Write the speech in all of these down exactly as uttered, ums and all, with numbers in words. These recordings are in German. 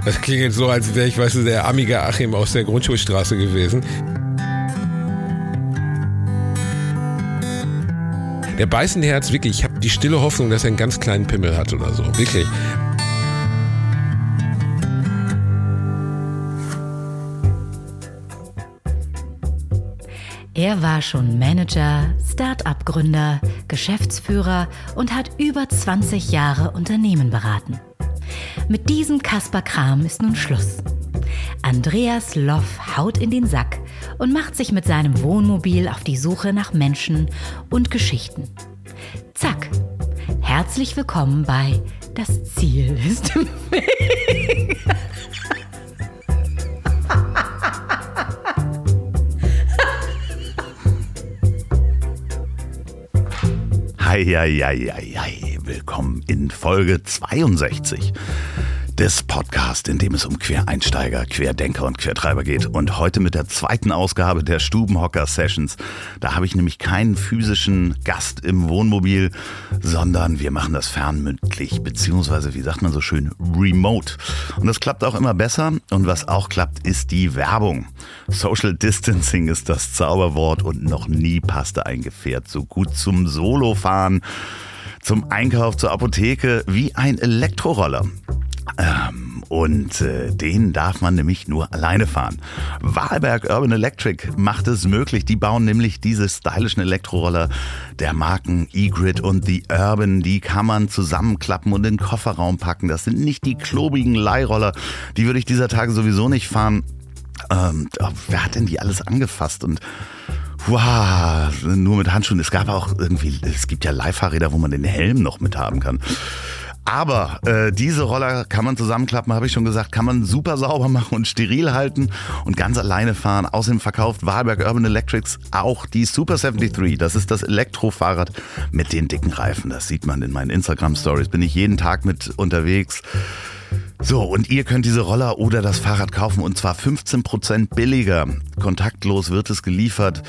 Das klingt jetzt so, als wäre ich, weißt du, der Amiga Achim aus der Grundschulstraße gewesen. Der beißende Herz, wirklich, ich habe die stille Hoffnung, dass er einen ganz kleinen Pimmel hat oder so, wirklich. Er war schon Manager, Start-up-Gründer, Geschäftsführer und hat über zwanzig Jahre Unternehmen beraten. Mit diesem Kasper Kram ist nun Schluss. Andreas Loff haut in den Sack und macht sich mit seinem Wohnmobil auf die Suche nach Menschen und Geschichten. Zack! Herzlich willkommen bei Das Ziel ist im Weg. Hei, hei, hei, hei, hei. Willkommen in Folge zweiundsechzig des Podcasts, in dem es um Quereinsteiger, Querdenker und Quertreiber geht. Und heute mit der zweiten Ausgabe der Stubenhocker-Sessions. Da habe ich nämlich keinen physischen Gast im Wohnmobil, sondern wir machen das fernmündlich, beziehungsweise, wie sagt man so schön, remote. Und das klappt auch immer besser. Und was auch klappt, ist die Werbung. Social Distancing ist das Zauberwort und noch nie passte ein Gefährt so gut zum Solofahren, zum Einkauf, zur Apotheke wie ein Elektroroller. Ähm, und äh, den darf man nämlich nur alleine fahren. Wahlberg Urban Electric macht es möglich. Die bauen nämlich diese stylischen Elektroroller der Marken E-Grid und The Urban. Die kann man zusammenklappen und in den Kofferraum packen. Das sind nicht die klobigen Leihroller. Die würde ich dieser Tage sowieso nicht fahren. Ähm, wer hat denn die alles angefasst? Und wow, nur mit Handschuhen. Es gab auch irgendwie, es gibt ja Leihfahrräder, wo man den Helm noch mit haben kann. Aber äh, diese Roller kann man zusammenklappen, habe ich schon gesagt, kann man super sauber machen und steril halten und ganz alleine fahren. Außerdem verkauft Wahlberg Urban Electrics auch die Super dreiundsiebzig. Das ist das Elektrofahrrad mit den dicken Reifen. Das sieht man in meinen Instagram-Stories. Bin ich jeden Tag mit unterwegs. So, und ihr könnt diese Roller oder das Fahrrad kaufen und zwar fünfzehn Prozent billiger. Kontaktlos wird es geliefert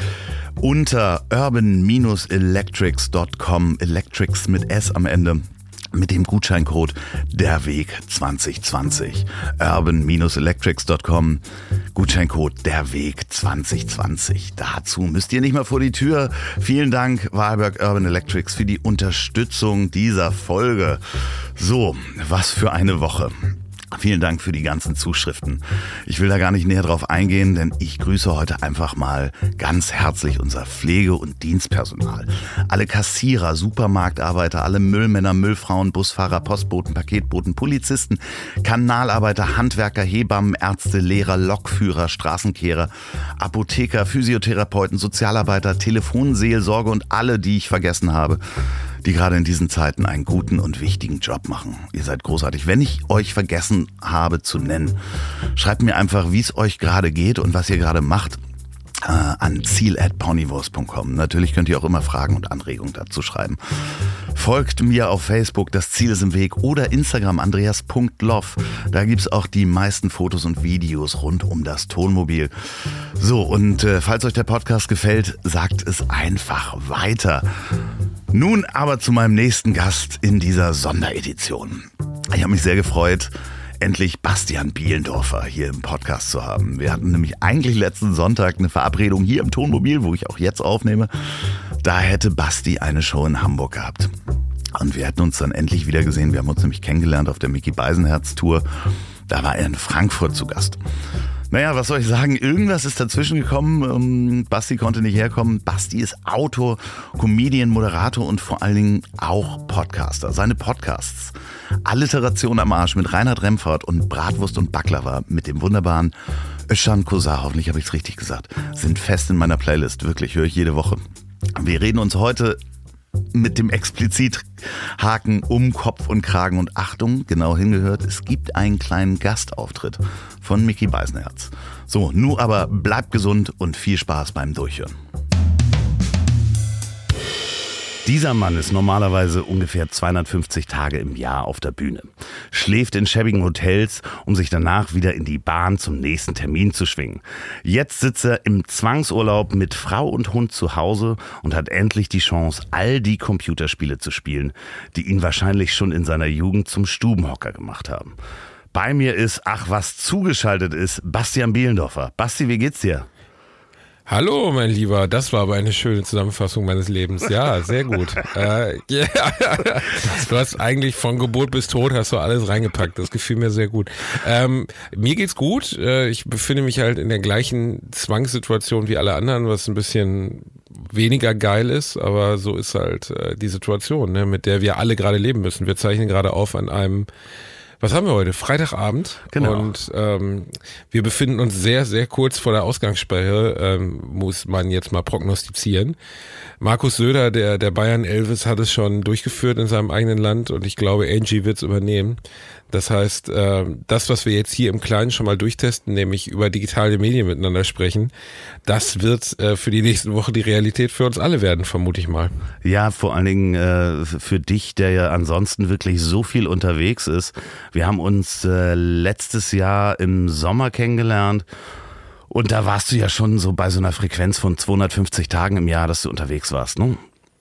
unter urban Bindestrich electrics Punkt com, Electrics mit S am Ende. Mit dem Gutscheincode DERWEG zwanzig zwanzig. urban Bindestrich electrics Punkt com, Gutscheincode DERWEG zwanzig zwanzig. Dazu müsst ihr nicht mal vor die Tür. Vielen Dank, Wahlberg Urban Electrics, für die Unterstützung dieser Folge. So, was für eine Woche. Vielen Dank für die ganzen Zuschriften. Ich will da gar nicht näher drauf eingehen, denn ich grüße heute einfach mal ganz herzlich unser Pflege- und Dienstpersonal. Alle Kassierer, Supermarktarbeiter, alle Müllmänner, Müllfrauen, Busfahrer, Postboten, Paketboten, Polizisten, Kanalarbeiter, Handwerker, Hebammen, Ärzte, Lehrer, Lokführer, Straßenkehrer, Apotheker, Physiotherapeuten, Sozialarbeiter, Telefonseelsorge und alle, die ich vergessen habe, die gerade in diesen Zeiten einen guten und wichtigen Job machen. Ihr seid großartig. Wenn ich euch vergessen habe zu nennen, schreibt mir einfach, wie es euch gerade geht und was ihr gerade macht, äh, an ziel at ponywurst punkt com. Natürlich könnt ihr auch immer Fragen und Anregungen dazu schreiben. Folgt mir auf Facebook, das Ziel ist im Weg, oder Instagram, andreas punkt loff. Da gibt's auch die meisten Fotos und Videos rund um das Tonmobil. So, und äh, falls euch der Podcast gefällt, sagt es einfach weiter. Nun aber zu meinem nächsten Gast in dieser Sonderedition. Ich habe mich sehr gefreut, endlich Bastian Bielendorfer hier im Podcast zu haben. Wir hatten nämlich eigentlich letzten Sonntag eine Verabredung hier im Tonmobil, wo ich auch jetzt aufnehme. Da hätte Basti eine Show in Hamburg gehabt. Und wir hätten uns dann endlich wieder gesehen. Wir haben uns nämlich kennengelernt auf der Micky Beisenherz Tour. Da war er in Frankfurt zu Gast. Naja, was soll ich sagen? Irgendwas ist dazwischen gekommen. Basti konnte nicht herkommen. Basti ist Autor, Comedian, Moderator und vor allen Dingen auch Podcaster. Seine Podcasts Alliteration am Arsch mit Reinhard Remford und Bratwurst und Baklava mit dem wunderbaren Özcan Kosa, hoffentlich habe ich es richtig gesagt, sind fest in meiner Playlist. Wirklich, höre ich jede Woche. Wir reden uns heute mit dem Explizithaken um Kopf und Kragen und Achtung, genau hingehört, es gibt einen kleinen Gastauftritt von Micky Beisenherz. So, nun aber bleibt gesund und viel Spaß beim Durchhören. Dieser Mann ist normalerweise ungefähr zweihundertfünfzig Tage im Jahr auf der Bühne, schläft in schäbigen Hotels, um sich danach wieder in die Bahn zum nächsten Termin zu schwingen. Jetzt sitzt er im Zwangsurlaub mit Frau und Hund zu Hause und hat endlich die Chance, all die Computerspiele zu spielen, die ihn wahrscheinlich schon in seiner Jugend zum Stubenhocker gemacht haben. Bei mir ist, ach was zugeschaltet ist, Bastian Bielendorfer. Basti, wie geht's dir? Hallo, mein Lieber, das war aber eine schöne Zusammenfassung meines Lebens. Ja, sehr gut. äh, yeah. Du hast eigentlich von Geburt bis Tod hast du alles reingepackt. Das gefiel mir sehr gut. Ähm, mir geht's gut. Äh, ich befinde mich halt in der gleichen Zwangssituation wie alle anderen, was ein bisschen weniger geil ist, aber so ist halt äh, die Situation, ne, mit der wir alle gerade leben müssen. Wir zeichnen gerade auf an einem Was haben wir heute? Freitagabend. Genau. Und ähm, wir befinden uns sehr, sehr kurz vor der Ausgangssperre, ähm, muss man jetzt mal prognostizieren. Markus Söder, der der Bayern Elvis, hat es schon durchgeführt in seinem eigenen Land und ich glaube, Angie wird es übernehmen. Das heißt, äh, das, was wir jetzt hier im Kleinen schon mal durchtesten, nämlich über digitale Medien miteinander sprechen, das wird äh, für die nächsten Wochen die Realität für uns alle werden, vermute ich mal. Ja, vor allen Dingen äh, für dich, der ja ansonsten wirklich so viel unterwegs ist. Wir haben uns äh, letztes Jahr im Sommer kennengelernt und da warst du ja schon so bei so einer Frequenz von zweihundertfünfzig Tagen im Jahr, dass du unterwegs warst, ne?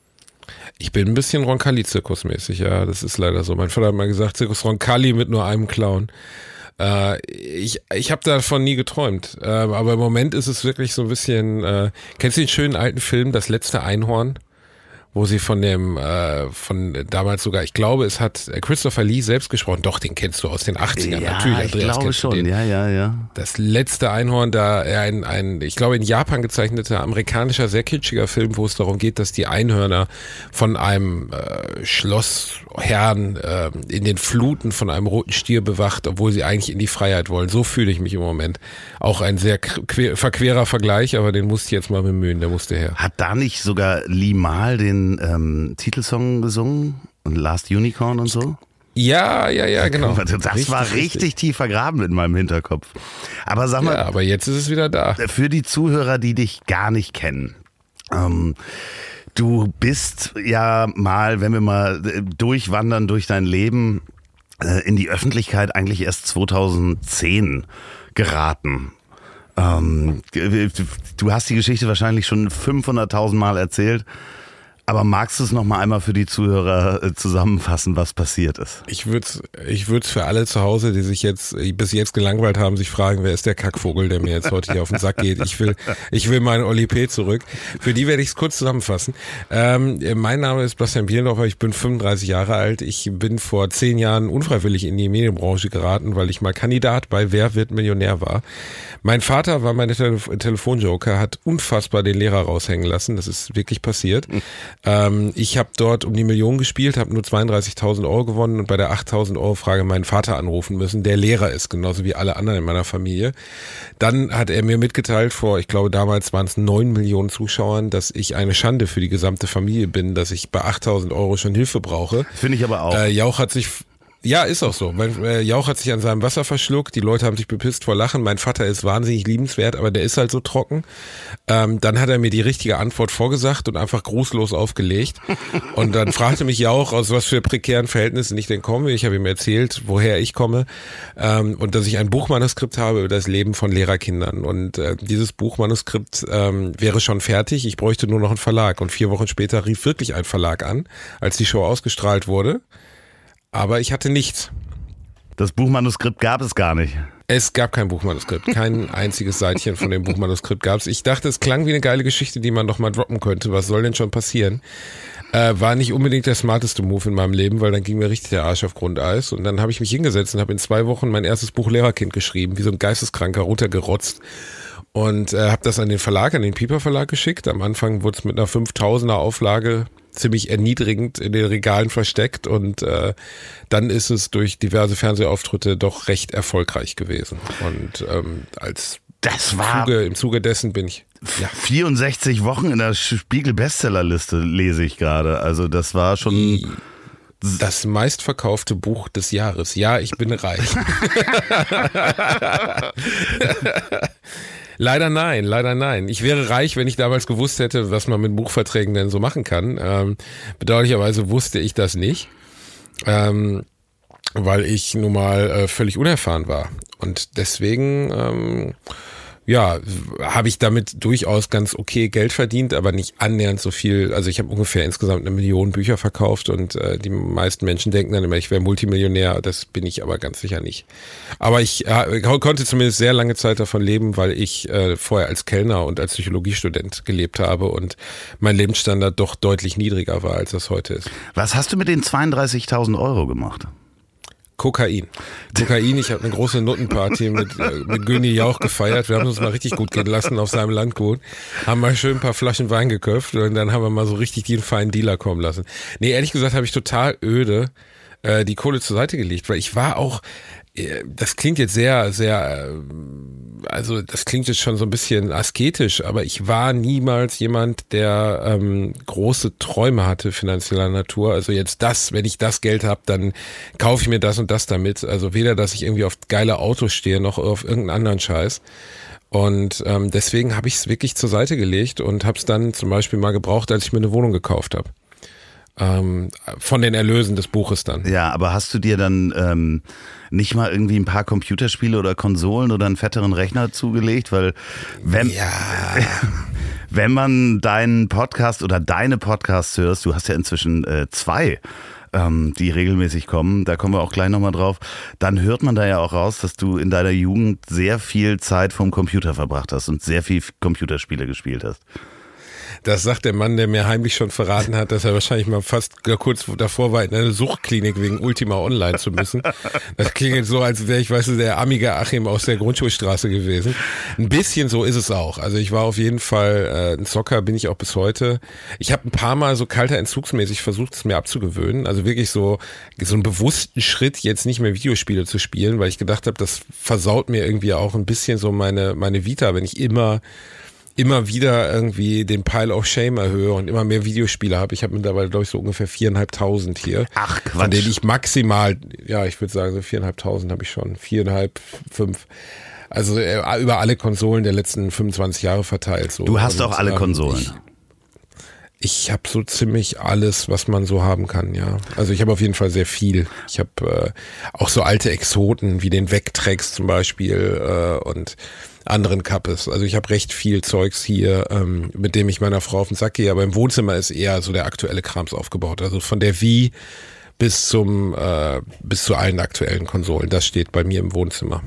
Ich bin ein bisschen Roncalli-Zirkusmäßig, ja, das ist leider so. Mein Vater hat mal gesagt, Zirkus Roncalli mit nur einem Clown. Äh, ich ich habe davon nie geträumt, äh, aber im Moment ist es wirklich so ein bisschen, äh, kennst du den schönen alten Film, Das letzte Einhorn? Wo sie von dem, äh, von damals sogar, ich glaube, es hat Christopher Lee selbst gesprochen. Doch, den kennst du aus den achtzigern. Ja, natürlich, ich Andreas, glaube schon, ja, ja, ja. Das letzte Einhorn, da ein, ein, ich glaube, in Japan gezeichneter, amerikanischer, sehr kitschiger Film, wo es darum geht, dass die Einhörner von einem äh, Schlossherrn äh, in den Fluten von einem roten Stier bewacht, obwohl sie eigentlich in die Freiheit wollen. So fühle ich mich im Moment. Auch ein sehr quer, verquerer Vergleich, aber den musste ich jetzt mal bemühen, der musste her. Hat da nicht sogar Lee Mal den ähm, Titelsong gesungen? Und Last Unicorn und so? Ja, ja, ja, genau. Das richtig, war richtig, richtig tief vergraben in meinem Hinterkopf. Aber sag mal, ja, aber jetzt ist es wieder da. Für die Zuhörer, die dich gar nicht kennen, ähm, du bist ja mal, wenn wir mal durchwandern durch dein Leben, äh, in die Öffentlichkeit eigentlich erst zweitausendzehn geraten. Ähm, du hast die Geschichte wahrscheinlich schon fünfhunderttausend Mal erzählt. Aber magst du es noch mal einmal für die Zuhörer zusammenfassen, was passiert ist? Ich würde es ich würd's für alle zu Hause, die sich jetzt bis jetzt gelangweilt haben, sich fragen, wer ist der Kackvogel, der mir jetzt heute hier auf den Sack geht. Ich will ich will meinen Oli P. zurück. Für die werde ich es kurz zusammenfassen. Ähm, mein Name ist Bastian Bielendorfer, ich bin fünfunddreißig Jahre alt. Ich bin vor zehn Jahren unfreiwillig in die Medienbranche geraten, weil ich mal Kandidat bei Wer wird Millionär war. Mein Vater war mein Telef- Telefonjoker, hat unfassbar den Lehrer raushängen lassen. Das ist wirklich passiert. Ähm, ich habe dort um die Million gespielt, habe nur zweiunddreißigtausend Euro gewonnen und bei der achttausend Euro Frage meinen Vater anrufen müssen, der Lehrer ist, genauso wie alle anderen in meiner Familie. Dann hat er mir mitgeteilt, vor, ich glaube damals waren es neun Millionen Zuschauern, dass ich eine Schande für die gesamte Familie bin, dass ich bei achttausend Euro schon Hilfe brauche. Finde ich aber auch. Äh, Jauch hat sich... Ja, ist auch so. Mein äh, Jauch hat sich an seinem Wasser verschluckt, die Leute haben sich bepisst vor Lachen. Mein Vater ist wahnsinnig liebenswert, aber der ist halt so trocken. Ähm, dann hat er mir die richtige Antwort vorgesagt und einfach grußlos aufgelegt. Und dann fragte mich Jauch, aus was für prekären Verhältnissen ich denn komme. Ich habe ihm erzählt, woher ich komme ähm, und dass ich ein Buchmanuskript habe über das Leben von Lehrerkindern. Und äh, dieses Buchmanuskript ähm, wäre schon fertig. Ich bräuchte nur noch einen Verlag. Und vier Wochen später rief wirklich ein Verlag an, als die Show ausgestrahlt wurde. Aber ich hatte nichts. Das Buchmanuskript gab es gar nicht. Es gab kein Buchmanuskript. Kein einziges Seitchen von dem Buchmanuskript gab es. Ich dachte, es klang wie eine geile Geschichte, die man doch mal droppen könnte. Was soll denn schon passieren? Äh, war nicht unbedingt der smarteste Move in meinem Leben, weil dann ging mir richtig der Arsch auf Grundeis. Und dann habe ich mich hingesetzt und habe in zwei Wochen mein erstes Buch Lehrerkind geschrieben, wie so ein Geisteskranker, runtergerotzt. Und äh, habe das an den Verlag, an den Piper Verlag geschickt. Am Anfang wurde es mit einer fünftausender Auflage ziemlich erniedrigend in den Regalen versteckt und äh, dann ist es durch diverse Fernsehauftritte doch recht erfolgreich gewesen. Und ähm, als das war Zuge, im Zuge dessen bin ich ja. vierundsechzig Wochen in der Spiegel-Bestsellerliste lese ich gerade. Also das war schon... Das meistverkaufte Buch des Jahres. Ja, ich bin reich. Leider nein, leider nein. Ich wäre reich, wenn ich damals gewusst hätte, was man mit Buchverträgen denn so machen kann. Ähm, bedauerlicherweise wusste ich das nicht, ähm, weil ich nun mal äh, völlig unerfahren war. Und deswegen, ähm, ja, habe ich damit durchaus ganz okay Geld verdient, aber nicht annähernd so viel. Also ich habe ungefähr insgesamt eine Million Bücher verkauft und äh, die meisten Menschen denken dann immer, ich wäre Multimillionär. Das bin ich aber ganz sicher nicht. Aber ich äh, konnte zumindest sehr lange Zeit davon leben, weil ich äh, vorher als Kellner und als Psychologiestudent gelebt habe und mein Lebensstandard doch deutlich niedriger war, als das heute ist. Was hast du mit den zweiunddreißigtausend Euro gemacht? Kokain. Kokain, ich habe eine große Nuttenparty mit, mit Göni Jauch gefeiert. Wir haben uns mal richtig gut gehen lassen auf seinem Landgut. Haben mal schön ein paar Flaschen Wein geköpft und dann haben wir mal so richtig den feinen Dealer kommen lassen. Nee, ehrlich gesagt habe ich total öde äh, die Kohle zur Seite gelegt, weil ich war auch, äh, das klingt jetzt sehr, sehr, äh, also das klingt jetzt schon so ein bisschen asketisch, aber ich war niemals jemand, der ähm, große Träume hatte finanzieller Natur. Also jetzt das, wenn ich das Geld habe, dann kaufe ich mir das und das damit. Also weder, dass ich irgendwie auf geile Autos stehe, noch auf irgendeinen anderen Scheiß. Und ähm, deswegen habe ich es wirklich zur Seite gelegt und habe es dann zum Beispiel mal gebraucht, als ich mir eine Wohnung gekauft habe. Ähm, von den Erlösen des Buches dann. Ja, aber hast du dir dann ähm, nicht mal irgendwie ein paar Computerspiele oder Konsolen oder einen fetteren Rechner zugelegt? Weil wenn, ja. wenn man deinen Podcast oder deine Podcasts hörst, du hast ja inzwischen äh, zwei, ähm, die regelmäßig kommen, da kommen wir auch gleich nochmal drauf, dann hört man da ja auch raus, dass du in deiner Jugend sehr viel Zeit vom Computer verbracht hast und sehr viel Computerspiele gespielt hast. Das sagt der Mann, der mir heimlich schon verraten hat, dass er wahrscheinlich mal fast kurz davor war, in eine Suchtklinik wegen Ultima Online zu müssen. Das klingt so, als wäre ich, weißt du, der Amiga Achim aus der Grundschulstraße gewesen. Ein bisschen so ist es auch. Also ich war auf jeden Fall äh, ein Zocker, bin ich auch bis heute. Ich habe ein paar Mal so kalter entzugsmäßig versucht, es mir abzugewöhnen. Also wirklich so so einen bewussten Schritt, jetzt nicht mehr Videospiele zu spielen, weil ich gedacht habe, das versaut mir irgendwie auch ein bisschen so meine meine Vita, wenn ich immer immer wieder irgendwie den Pile of Shame erhöhe und immer mehr Videospiele habe. Ich habe mittlerweile, glaube ich, so ungefähr viereinhalbtausend hier. Ach, Quatsch. Von denen ich maximal, ja, ich würde sagen, so viereinhalbtausend habe ich schon. Viereinhalb, fünf. Also äh, über alle Konsolen der letzten fünfundzwanzig Jahre verteilt. So. Du hast und, auch alle ähm, Konsolen. Ich, ich habe so ziemlich alles, was man so haben kann, ja. Also ich habe auf jeden Fall sehr viel. Ich habe äh, auch so alte Exoten wie den Vectrex zum Beispiel äh, und anderen Kappes. Also ich habe recht viel Zeugs hier, ähm, mit dem ich meiner Frau auf den Sack gehe, aber im Wohnzimmer ist eher so der aktuelle Krams aufgebaut. Also von der Wii bis zum äh, bis zu allen aktuellen Konsolen. Das steht bei mir im Wohnzimmer.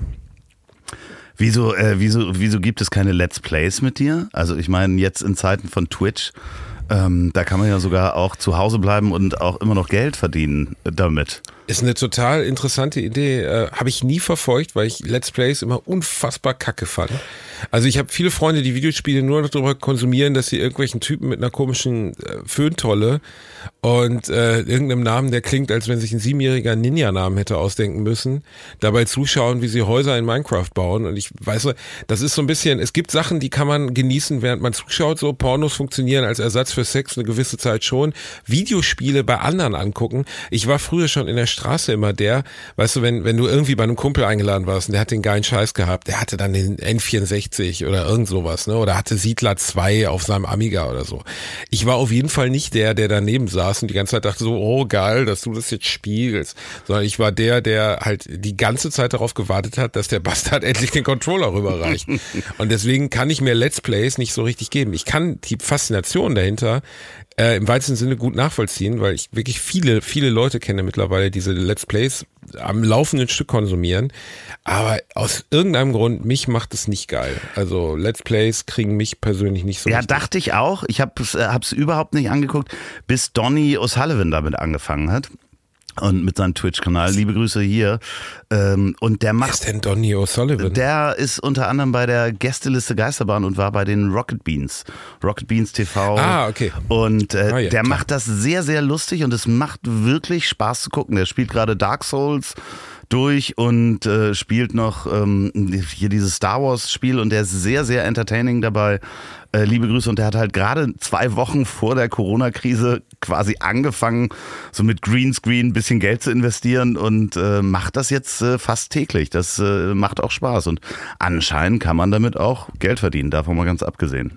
Wieso, äh, wieso, wieso gibt es keine Let's Plays mit dir? Also ich meine, jetzt in Zeiten von Twitch, ähm, da kann man ja sogar auch zu Hause bleiben und auch immer noch Geld verdienen damit. Ist eine total interessante Idee. Äh, habe ich nie verfolgt, weil ich Let's Plays immer unfassbar kacke fand. Also ich habe viele Freunde, die Videospiele nur noch darüber konsumieren, dass sie irgendwelchen Typen mit einer komischen äh, Föhntolle und äh, irgendeinem Namen, der klingt, als wenn sich ein siebenjähriger Ninja-Namen hätte ausdenken müssen, dabei zuschauen, wie sie Häuser in Minecraft bauen. Und ich weiß, das ist so ein bisschen, es gibt Sachen, die kann man genießen, während man zuschaut. So Pornos funktionieren als Ersatz für Sex eine gewisse Zeit schon. Videospiele bei anderen angucken. Ich war früher schon in der Straße immer der, weißt du, wenn wenn du irgendwie bei einem Kumpel eingeladen warst und der hat den geilen Scheiß gehabt, der hatte dann den N vierundsechzig oder irgend sowas, ne, oder hatte Siedler zwei auf seinem Amiga oder so. Ich war auf jeden Fall nicht der, der daneben saß und die ganze Zeit dachte so, oh geil, dass du das jetzt spielst, sondern ich war der, der halt die ganze Zeit darauf gewartet hat, dass der Bastard endlich den Controller rüberreicht. Und deswegen kann ich mir Let's Plays nicht so richtig geben. Ich kann die Faszination dahinter Äh, im weitesten Sinne gut nachvollziehen, weil ich wirklich viele, viele Leute kenne mittlerweile, diese Let's Plays am laufenden Stück konsumieren. Aber aus irgendeinem Grund, mich macht es nicht geil. Also Let's Plays kriegen mich persönlich nicht so Ja, richtig. dachte ich auch. Ich habe es äh, überhaupt nicht angeguckt, bis Donny O'Sullivan damit angefangen hat. Und mit seinem Twitch-Kanal. Liebe Grüße hier. Ähm, und der macht. Wer ist denn Donny O'Sullivan? Der ist unter anderem bei der Gästeliste Geisterbahn und war bei den Rocket Beans. Rocket Beans T V. Ah, okay. Und äh, ah, ja, der klar. macht das sehr, sehr lustig und es macht wirklich Spaß zu gucken. Der spielt gerade Dark Souls durch und äh, spielt noch ähm, hier dieses Star Wars Spiel und der ist sehr, sehr entertaining dabei. Äh, liebe Grüße und der hat halt gerade zwei Wochen vor der Corona-Krise quasi angefangen, so mit Greenscreen ein bisschen Geld zu investieren und äh, macht das jetzt äh, fast täglich. Das äh, macht auch Spaß und anscheinend kann man damit auch Geld verdienen, davon mal ganz abgesehen.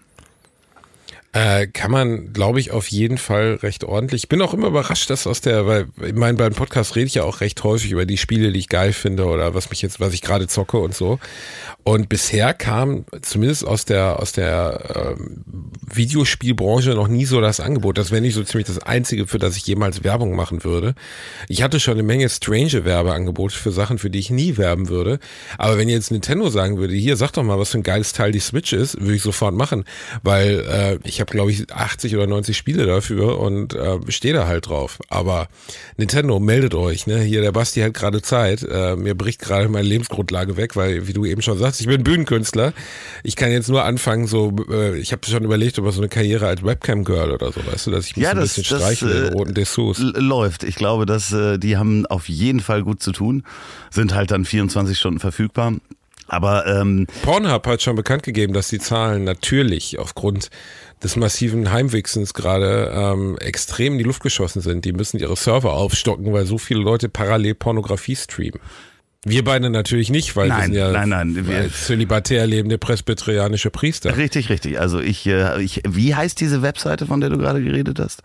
Äh, kann man, glaube ich, auf jeden Fall recht ordentlich. Ich bin auch immer überrascht, dass aus der, weil in meinen beiden Podcasts rede ich ja auch recht häufig über die Spiele, die ich geil finde oder was mich jetzt, was ich gerade zocke und so. Und bisher kam zumindest aus der aus der ähm, Videospielbranche noch nie so das Angebot. Das wäre nicht so ziemlich das Einzige, für das ich jemals Werbung machen würde. Ich hatte schon eine Menge strange Werbeangebote für Sachen, für die ich nie werben würde. Aber wenn jetzt Nintendo sagen würde, hier, sag doch mal, was für ein geiles Teil die Switch ist, würde ich sofort machen. Weil äh, ich habe, glaube ich, achtzig oder neunzig Spiele dafür und äh, stehe da halt drauf. Aber Nintendo, meldet euch. Ne? Hier, der Basti hat gerade Zeit. Äh, mir bricht gerade meine Lebensgrundlage weg, weil, wie du eben schon sagst, ich bin Bühnenkünstler. Ich kann jetzt nur anfangen, so, äh, ich habe schon überlegt, über so eine Karriere als Webcam-Girl oder so, weißt du, dass ich mich ja, ein das, bisschen das, streichen in äh, roten Dessous. läuft. Ich glaube, dass äh, die haben auf jeden Fall gut zu tun, sind halt dann vierundzwanzig Stunden verfügbar. Aber ähm, Pornhub hat schon bekannt gegeben, dass die Zahlen natürlich aufgrund des massiven Heimwichsens gerade ähm, extrem in die Luft geschossen sind. Die müssen ihre Server aufstocken, weil so viele Leute parallel Pornografie streamen. Wir beide natürlich nicht, weil nein, wir sind ja nein, nein, wir, zölibatär lebende presbyterianische Priester. Richtig, richtig. Also ich, äh, ich, wie heißt diese Webseite, von der du gerade geredet hast?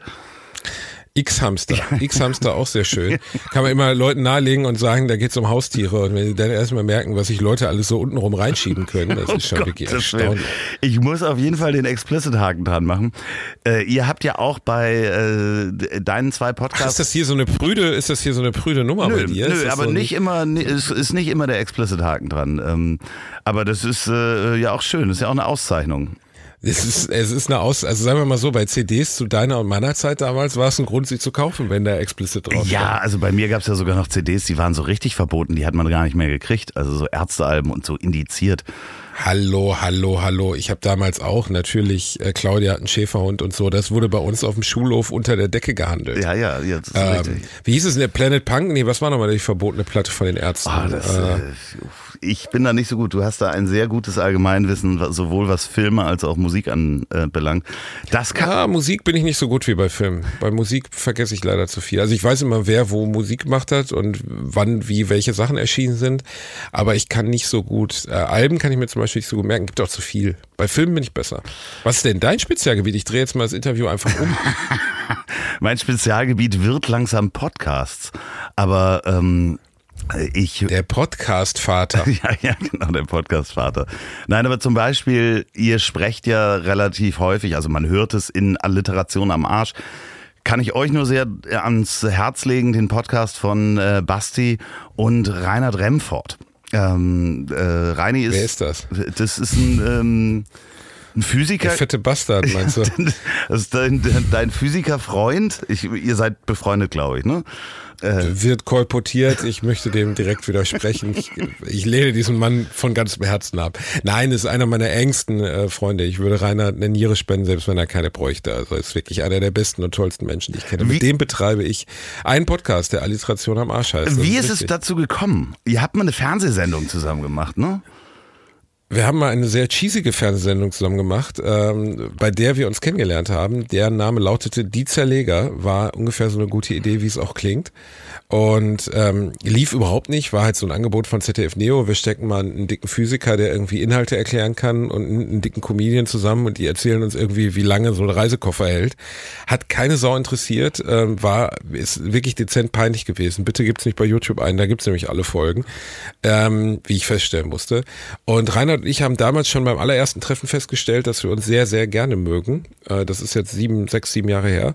X-Hamster. X-Hamster auch sehr schön. Kann man immer Leuten nahelegen und sagen, da geht's um Haustiere. Und wenn die dann erstmal merken, was sich Leute alles so untenrum reinschieben können, das ist schon oh wirklich erstaunlich. Ich muss auf jeden Fall den Explicit-Haken dran machen. Äh, ihr habt ja auch bei äh, deinen zwei Podcasts... Ach, ist das hier so eine prüde, ist das hier so eine prüde Nummer nö, bei dir? Nö, aber so nicht immer, es ist nicht immer der Explicit-Haken dran. Ähm, aber das ist äh, ja auch schön, das ist ja auch eine Auszeichnung. Es ist, es ist eine Aus, also sagen wir mal so, bei C Ds zu deiner und meiner Zeit damals war es ein Grund, sie zu kaufen, wenn da explicit drauf stand. Ja, also bei mir gab es ja sogar noch C Ds, die waren so richtig verboten, die hat man gar nicht mehr gekriegt. Also so Ärztealben und so indiziert. Hallo, hallo, hallo. Ich habe damals auch natürlich, äh, Claudia hat einen Schäferhund und so, das wurde bei uns auf dem Schulhof unter der Decke gehandelt. Ja, ja, jetzt ist ähm, richtig. Wie hieß es in der Planet Punk? Nee, was war nochmal die verbotene Platte von den Ärzten? Oh, das, äh, äh, ich bin da nicht so gut. Du hast da ein sehr gutes Allgemeinwissen, sowohl was Filme als auch Musik anbelangt. Das kann ja, Musik bin ich nicht so gut wie bei Filmen. Bei Musik vergesse ich leider zu viel. Also ich weiß immer, wer wo Musik gemacht hat und wann, wie, welche Sachen erschienen sind. Aber ich kann nicht so gut, äh, Alben kann ich mir zum Beispiel nicht so gut merken, gibt auch zu viel. Bei Filmen bin ich besser. Was ist denn dein Spezialgebiet? Ich drehe jetzt mal das Interview einfach um. Mein Spezialgebiet wird langsam Podcasts. Aber ähm, ich... Der Podcast-Vater. Ja, ja, genau, der Podcast-Vater. Nein, aber zum Beispiel, ihr sprecht ja relativ häufig, also man hört es in Alliteration am Arsch. Kann ich euch nur sehr ans Herz legen, den Podcast von äh, Basti und Reinhard Remford. Ähm, äh, Reini ist... Wer ist das? Das ist ein... Ähm, Ein Physiker. Der fette Bastard, meinst du? Das ist dein, dein Physikerfreund. Ich, ihr seid befreundet, glaube ich, ne? Äh, Wird kolportiert. Ich möchte dem direkt widersprechen. Ich, ich lehne diesen Mann von ganzem Herzen ab. Nein, ist einer meiner engsten äh, Freunde. Ich würde Rainer eine Niere spenden, selbst wenn er keine bräuchte. Also ist wirklich einer der besten und tollsten Menschen, die ich kenne. Wie, Mit dem betreibe ich einen Podcast, der Alliteration am Arsch heißt. Wie ist, ist es dazu gekommen? Ihr habt mal eine Fernsehsendung zusammen gemacht, ne? Wir haben mal eine sehr cheesige Fernsehsendung zusammen gemacht, ähm, bei der wir uns kennengelernt haben. Deren Name lautete Die Zerleger, war ungefähr so eine gute Idee, wie es auch klingt. Und ähm, lief überhaupt nicht, war halt so ein Angebot von Z D F Neo. Wir stecken mal einen dicken Physiker, der irgendwie Inhalte erklären kann, und einen, einen dicken Comedian zusammen, und die erzählen uns irgendwie, wie lange so ein Reisekoffer hält. Hat keine Sau interessiert, ähm, war ist wirklich dezent peinlich gewesen. Bitte gibt's nicht bei YouTube ein, da gibt's nämlich alle Folgen, ähm, wie ich feststellen musste. Und Reinhard und ich haben damals schon beim allerersten Treffen festgestellt, dass wir uns sehr, sehr gerne mögen. Äh, das ist jetzt sieben, sechs, sieben Jahre her.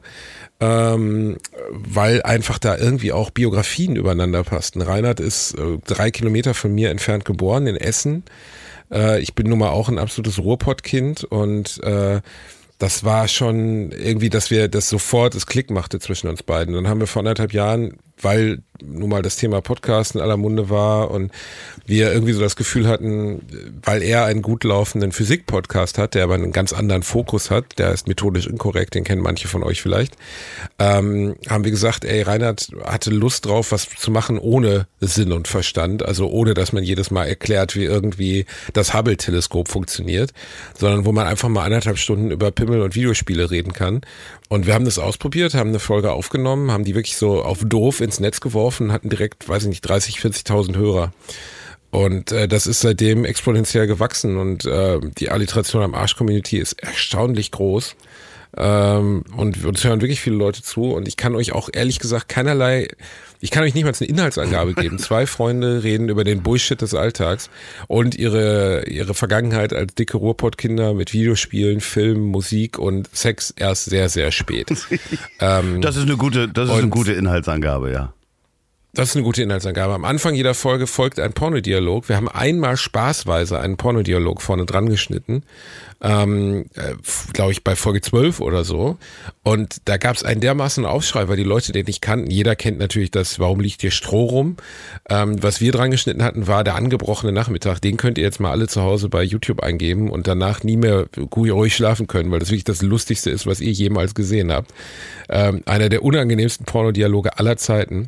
Ähm, weil einfach da irgendwie auch Biografien übereinander passten. Reinhard ist äh, drei Kilometer von mir entfernt geboren, in Essen. Äh, ich bin nun mal auch ein absolutes Ruhrpottkind, und äh, das war schon irgendwie, dass wir das sofort das Klick machte zwischen uns beiden. Dann haben wir vor anderthalb Jahren, weil nun mal das Thema Podcast in aller Munde war und wir irgendwie so das Gefühl hatten, weil er einen gut laufenden Physik-Podcast hat, der aber einen ganz anderen Fokus hat, der ist methodisch inkorrekt, den kennen manche von euch vielleicht, ähm, haben wir gesagt, ey, Reinhard hatte Lust drauf, was zu machen ohne Sinn und Verstand, also ohne, dass man jedes Mal erklärt, wie irgendwie das Hubble-Teleskop funktioniert, sondern wo man einfach mal anderthalb Stunden über Pimmel und Videospiele reden kann. Und wir haben das ausprobiert, haben eine Folge aufgenommen, haben die wirklich so auf doof ins Netz geworfen, hatten direkt, weiß ich nicht, dreißig, vierzigtausend Hörer. Und äh, das ist seitdem exponentiell gewachsen, und äh, die Alliteration am Arsch-Community ist erstaunlich groß. Ähm, und uns hören wirklich viele Leute zu. Und ich kann euch auch ehrlich gesagt keinerlei, ich kann euch nicht mal eine Inhaltsangabe geben. Zwei Freunde reden über den Bullshit des Alltags und ihre, ihre Vergangenheit als dicke Ruhrpottkinder mit Videospielen, Film, Musik und Sex erst sehr, sehr spät. ähm, das ist eine gute, das ist eine gute Inhaltsangabe, ja. Das ist eine gute Inhaltsangabe. Am Anfang jeder Folge folgt ein Pornodialog. Wir haben einmal spaßweise einen Pornodialog vorne dran geschnitten, ähm, äh, glaube ich bei Folge zwölf oder so. Und da gab es einen dermaßen Aufschrei, weil die Leute den nicht kannten. Jeder kennt natürlich das, warum liegt hier Stroh rum? Ähm, was wir dran geschnitten hatten, war der angebrochene Nachmittag. Den könnt ihr jetzt mal alle zu Hause bei YouTube eingeben und danach nie mehr ruhig schlafen können, weil das wirklich das Lustigste ist, was ihr jemals gesehen habt. Ähm, einer der unangenehmsten Pornodialoge aller Zeiten.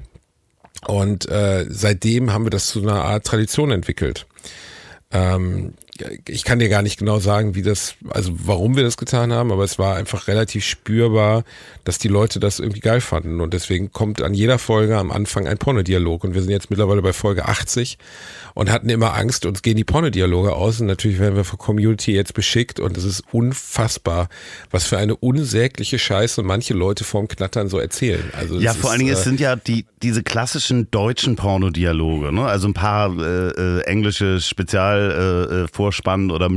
Und äh, seitdem haben wir das zu einer Art Tradition entwickelt. Ähm, ich kann dir gar nicht genau sagen, wie das, also warum wir das getan haben, aber es war einfach relativ spürbar, dass die Leute das irgendwie geil fanden. Und deswegen kommt an jeder Folge am Anfang ein Pornodialog. Und wir sind jetzt mittlerweile bei Folge achtzig und hatten immer Angst, uns gehen die Pornodialoge aus. Und natürlich werden wir von Community jetzt beschickt. Und es ist unfassbar, was für eine unsägliche Scheiße manche Leute vorm Knattern so erzählen. Also ja, vor ist, allen Dingen, äh, es sind ja die diese klassischen deutschen Pornodialoge, ne? Also ein paar äh, äh, englische Spezialvorspann äh, oder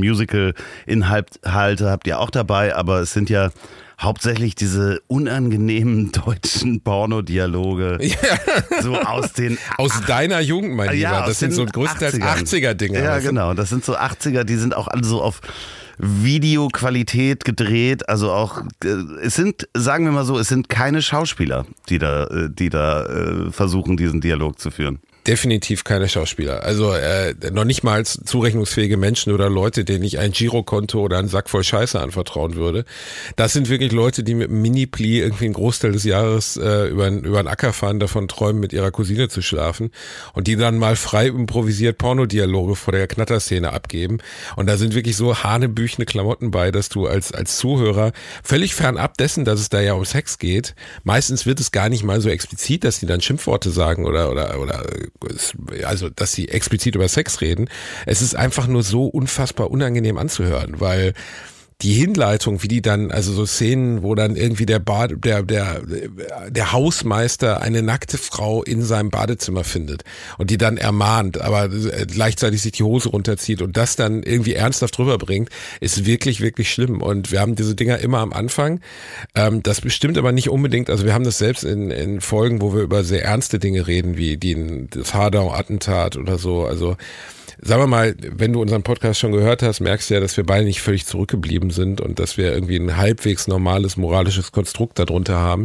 Musical-Inhalte habt ihr auch dabei, aber es sind ja hauptsächlich diese unangenehmen deutschen Pornodialoge, ja. so aus den aus ach, deiner Jugend, mein Lieber. Ja, das sind so größtenteils achtziger-Dinger. Ja, genau. Das sind so achtziger, die sind auch alle so auf Videoqualität gedreht. Also auch, es sind, sagen wir mal so, es sind keine Schauspieler, die da, die da äh, versuchen, diesen Dialog zu führen. Definitiv keine Schauspieler. Also äh, noch nicht mal zurechnungsfähige Menschen oder Leute, denen ich ein Girokonto oder einen Sack voll Scheiße anvertrauen würde. Das sind wirklich Leute, die mit einem Mini-Pli irgendwie einen Großteil des Jahres äh, über, über einen Acker fahren, davon träumen, mit ihrer Cousine zu schlafen und die dann mal frei improvisiert Pornodialoge vor der Knatterszene abgeben. Und da sind wirklich so hanebüchene Klamotten bei, dass du als als Zuhörer völlig fernab dessen, dass es da ja um Sex geht, meistens wird es gar nicht mal so explizit, dass die dann Schimpfworte sagen oder oder oder also, dass sie explizit über Sex reden. Es ist einfach nur so unfassbar unangenehm anzuhören, weil die Hinleitung, wie die dann, also so Szenen, wo dann irgendwie der Bad, der, der, der Hausmeister eine nackte Frau in seinem Badezimmer findet und die dann ermahnt, aber gleichzeitig sich die Hose runterzieht und das dann irgendwie ernsthaft rüberbringt, ist wirklich, wirklich schlimm. Und wir haben diese Dinger immer am Anfang. Ähm, das bestimmt aber nicht unbedingt, also wir haben das selbst in, in Folgen, wo wir über sehr ernste Dinge reden, wie die, das Hardau-Attentat oder so, also sagen wir mal, wenn du unseren Podcast schon gehört hast, merkst du ja, dass wir beide nicht völlig zurückgeblieben sind und dass wir irgendwie ein halbwegs normales moralisches Konstrukt darunter haben.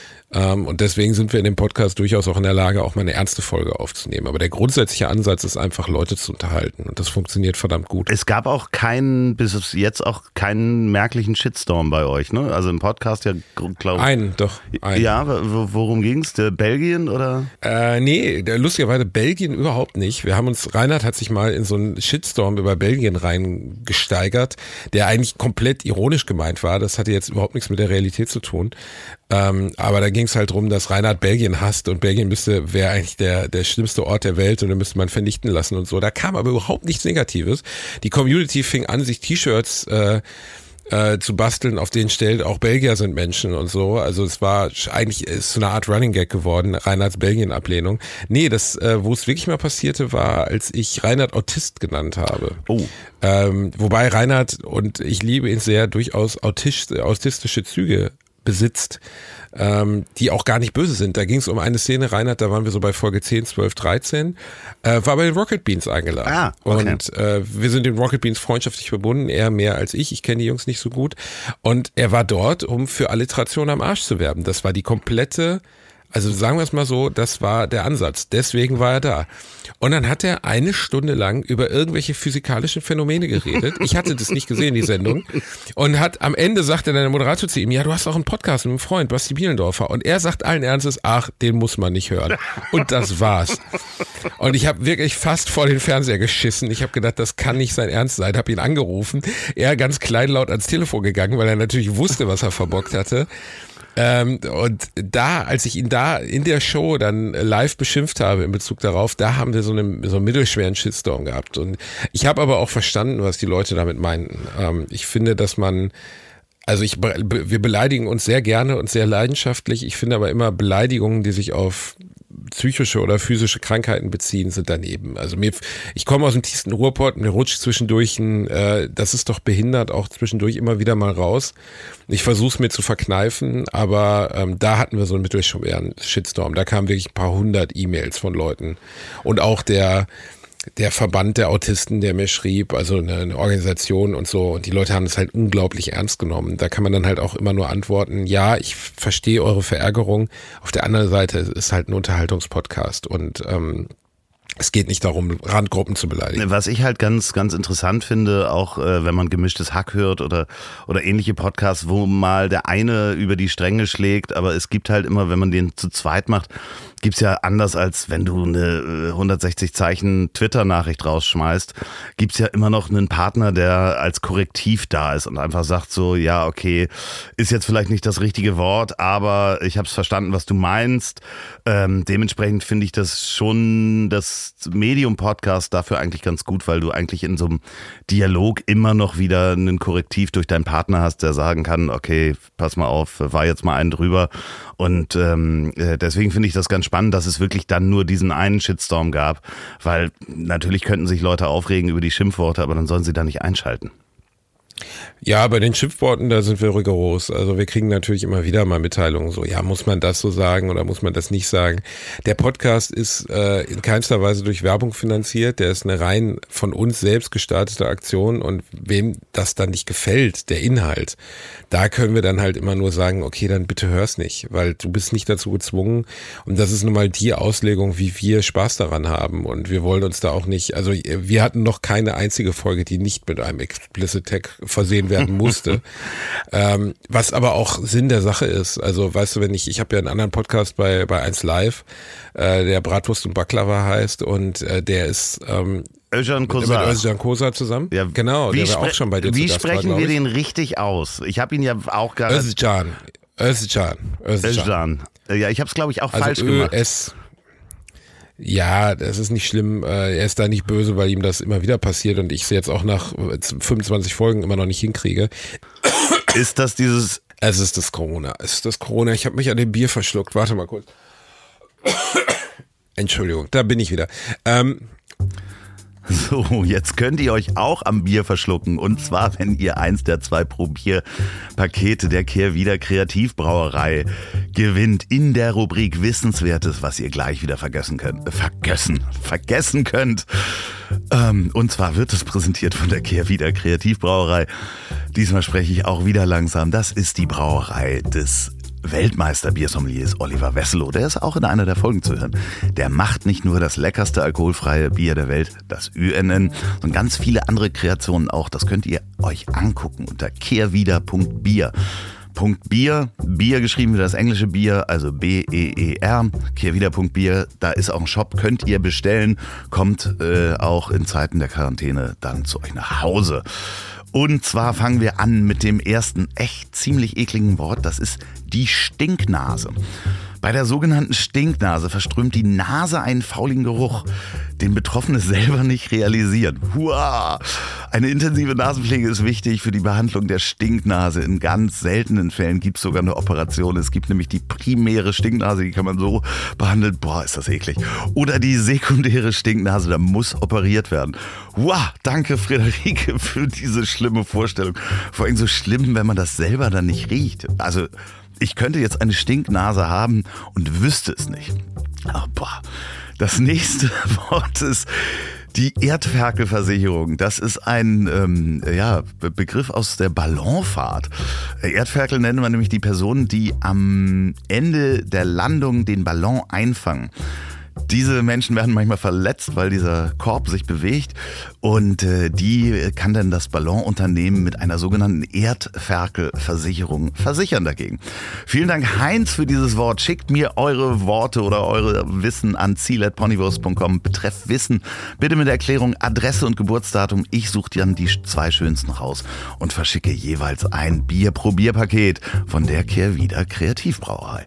Und deswegen sind wir in dem Podcast durchaus auch in der Lage, auch mal eine ernste Folge aufzunehmen. Aber der grundsätzliche Ansatz ist einfach, Leute zu unterhalten. Und das funktioniert verdammt gut. Es gab auch keinen, bis jetzt auch keinen merklichen Shitstorm bei euch, ne? Also im Podcast ja, glaube ich. Einen, doch. Einen. Ja, worum ging's? Der Belgien oder? Äh, nee, lustigerweise Belgien überhaupt nicht. Wir haben uns, Reinhard hat sich mal in so einen Shitstorm über Belgien reingesteigert, der eigentlich komplett ironisch gemeint war. Das hatte jetzt überhaupt nichts mit der Realität zu tun. Ähm, aber da ging es halt drum, dass Reinhard Belgien hasst und Belgien müsste, wäre eigentlich der, der schlimmste Ort der Welt und den müsste man vernichten lassen und so. Da kam aber überhaupt nichts Negatives. Die Community fing an, sich T-Shirts äh, äh, zu basteln, auf denen steht, auch Belgier sind Menschen und so. Also es war eigentlich ist so eine Art Running Gag geworden, Reinhards Belgien-Ablehnung. Nee, das, äh, wo es wirklich mal passierte, war, als ich Reinhard Autist genannt habe. Oh. Ähm, wobei Reinhard, und ich liebe ihn sehr, durchaus autist, autistische Züge besitzt, ähm, die auch gar nicht böse sind. Da ging es um eine Szene, Reinhard, da waren wir so bei Folge zehn, zwölf, dreizehn, äh, war bei den Rocket Beans eingeladen. Ah, okay. Und äh, wir sind den Rocket Beans freundschaftlich verbunden, er mehr als ich, ich kenne die Jungs nicht so gut. Und er war dort, um für Alliteration am Arsch zu werben. Das war die komplette, also sagen wir es mal so, das war der Ansatz. Deswegen war er da. Und dann hat er eine Stunde lang über irgendwelche physikalischen Phänomene geredet. Ich hatte das nicht gesehen, die Sendung. Und hat am Ende sagte dann der Moderator zu ihm, ja, du hast auch einen Podcast mit einem Freund, Basti Bielendorfer. Und er sagt allen Ernstes, ach, den muss man nicht hören. Und das war's. Und ich habe wirklich fast vor den Fernseher geschissen. Ich habe gedacht, das kann nicht sein Ernst sein. Habe ihn angerufen. Er ganz kleinlaut ans Telefon gegangen, weil er natürlich wusste, was er verbockt hatte. Ähm, und da, als ich ihn da in der Show dann live beschimpft habe in Bezug darauf, da haben wir so, eine, so einen mittelschweren Shitstorm gehabt. Und ich habe aber auch verstanden, was die Leute damit meinten. Ähm, ich finde, dass man Also ich, wir beleidigen uns sehr gerne und sehr leidenschaftlich. Ich finde aber immer Beleidigungen, die sich auf psychische oder physische Krankheiten beziehen, sind daneben. Also mir, ich komme aus dem tiefsten Ruhrpott, mir rutscht zwischendurch ein, äh, das ist doch behindert, auch zwischendurch immer wieder mal raus. Ich versuche es mir zu verkneifen, aber ähm, da hatten wir so einen mittelschweren Shitstorm. Da kamen wirklich ein paar hundert E-Mails von Leuten. Und auch der der Verband der Autisten, der mir schrieb, also eine, eine Organisation und so, und die Leute haben es halt unglaublich ernst genommen. Da kann man dann halt auch immer nur antworten, ja, ich verstehe eure Verärgerung. Auf der anderen Seite ist halt ein Unterhaltungspodcast und ähm, es geht nicht darum, Randgruppen zu beleidigen. Was ich halt ganz, ganz interessant finde, auch äh, wenn man gemischtes Hack hört oder, oder ähnliche Podcasts, wo mal der eine über die Stränge schlägt, aber es gibt halt immer, wenn man den zu zweit macht, gibt's ja anders, als wenn du eine hundertsechzig Zeichen Twitter-Nachricht rausschmeißt, gibt's ja immer noch einen Partner, der als Korrektiv da ist und einfach sagt so, ja, okay, ist jetzt vielleicht nicht das richtige Wort, aber ich habe es verstanden, was du meinst. Ähm, dementsprechend finde ich das schon, das Medium-Podcast dafür eigentlich ganz gut, weil du eigentlich in so einem Dialog immer noch wieder einen Korrektiv durch deinen Partner hast, der sagen kann, okay, pass mal auf, war jetzt mal einen drüber. Und ähm, deswegen finde ich das ganz spannend, dass es wirklich dann nur diesen einen Shitstorm gab, weil natürlich könnten sich Leute aufregen über die Schimpfworte, aber dann sollen sie da nicht einschalten. Ja, bei den Schimpfworten, da sind wir rigoros. Also wir kriegen natürlich immer wieder mal Mitteilungen so, ja, muss man das so sagen oder muss man das nicht sagen? Der Podcast ist äh, in keinster Weise durch Werbung finanziert. Der ist eine rein von uns selbst gestartete Aktion und wem das dann nicht gefällt, der Inhalt, da können wir dann halt immer nur sagen, okay, dann bitte hör's nicht, weil du bist nicht dazu gezwungen und das ist nun mal die Auslegung, wie wir Spaß daran haben und wir wollen uns da auch nicht, also wir hatten noch keine einzige Folge, die nicht mit einem Explicit Tag versehen werden musste. ähm, was aber auch Sinn der Sache ist. Also weißt du, wenn ich, ich habe ja einen anderen Podcast bei bei eins Live, äh, der Bratwurst und Baklava heißt und äh, der ist ähm, Özcan Kosa. Mit Özcan Kosa zusammen. Ja, genau, der war auch schon bei dir Wie zu Gast sprechen war, wir ich. den richtig aus? Ich habe ihn ja auch gar Özcan. Özcan. Özcan. Ja, ich habe es glaube ich auch also falsch Ö gemacht. S Ja, das ist nicht schlimm. Er ist da nicht böse, weil ihm das immer wieder passiert und ich es jetzt auch nach fünfundzwanzig Folgen immer noch nicht hinkriege. Ist das dieses... Es ist das Corona. Es ist das Corona. Ich habe mich an dem Bier verschluckt. Warte mal kurz. Entschuldigung, da bin ich wieder. Ähm... So, jetzt könnt ihr euch auch am Bier verschlucken. Und zwar, wenn ihr eins der zwei Probierpakete der Kehrwieder Kreativbrauerei gewinnt in der Rubrik Wissenswertes, was ihr gleich wieder vergessen könnt. Äh, vergessen, vergessen könnt. Ähm, und zwar wird es präsentiert von der Kehrwieder Kreativbrauerei. Diesmal spreche ich auch wieder langsam. Das ist die Brauerei des Weltmeister-Biersommeliers Oliver Wesselow, der ist auch in einer der Folgen zu hören. Der macht nicht nur das leckerste alkoholfreie Bier der Welt, das Ü N N, sondern ganz viele andere Kreationen auch. Das könnt ihr euch angucken unter kehrwieder punkt bier. Punkt Bier, Bier geschrieben wie das englische Bier, also B E E R, kehrwieder punkt bier, da ist auch ein Shop, könnt ihr bestellen, kommt äh, auch in Zeiten der Quarantäne dann zu euch nach Hause. Und zwar fangen wir an mit dem ersten echt ziemlich ekligen Wort, das ist die Stinknase. Bei der sogenannten Stinknase verströmt die Nase einen fauligen Geruch, den Betroffene selber nicht realisieren. Hua! Eine intensive Nasenpflege ist wichtig für die Behandlung der Stinknase. In ganz seltenen Fällen gibt es sogar eine Operation. Es gibt nämlich die primäre Stinknase, die kann man so behandeln. Boah, ist das eklig. Oder die sekundäre Stinknase, da muss operiert werden. Wow, danke Friederike für diese schlimme Vorstellung. Vor allem so schlimm, wenn man das selber dann nicht riecht. Also ich könnte jetzt eine Stinknase haben und wüsste es nicht. Ach, boah. Das nächste Wort ist die Erdferkelversicherung. Das ist ein ähm, ja, Begriff aus der Ballonfahrt. Erdferkel nennt man nämlich die Personen, die am Ende der Landung den Ballon einfangen. Diese Menschen werden manchmal verletzt, weil dieser Korb sich bewegt und äh, die kann dann das Ballonunternehmen mit einer sogenannten Erdferkelversicherung versichern dagegen. Vielen Dank Heinz für dieses Wort. Schickt mir eure Worte oder eure Wissen an ziel at ponywurst punkt com. Betreff Wissen, bitte mit Erklärung, Adresse und Geburtsdatum. Ich suche dann die zwei schönsten raus und verschicke jeweils ein Bier-Probierpaket von der Kehrwieder Kreativbrauerei.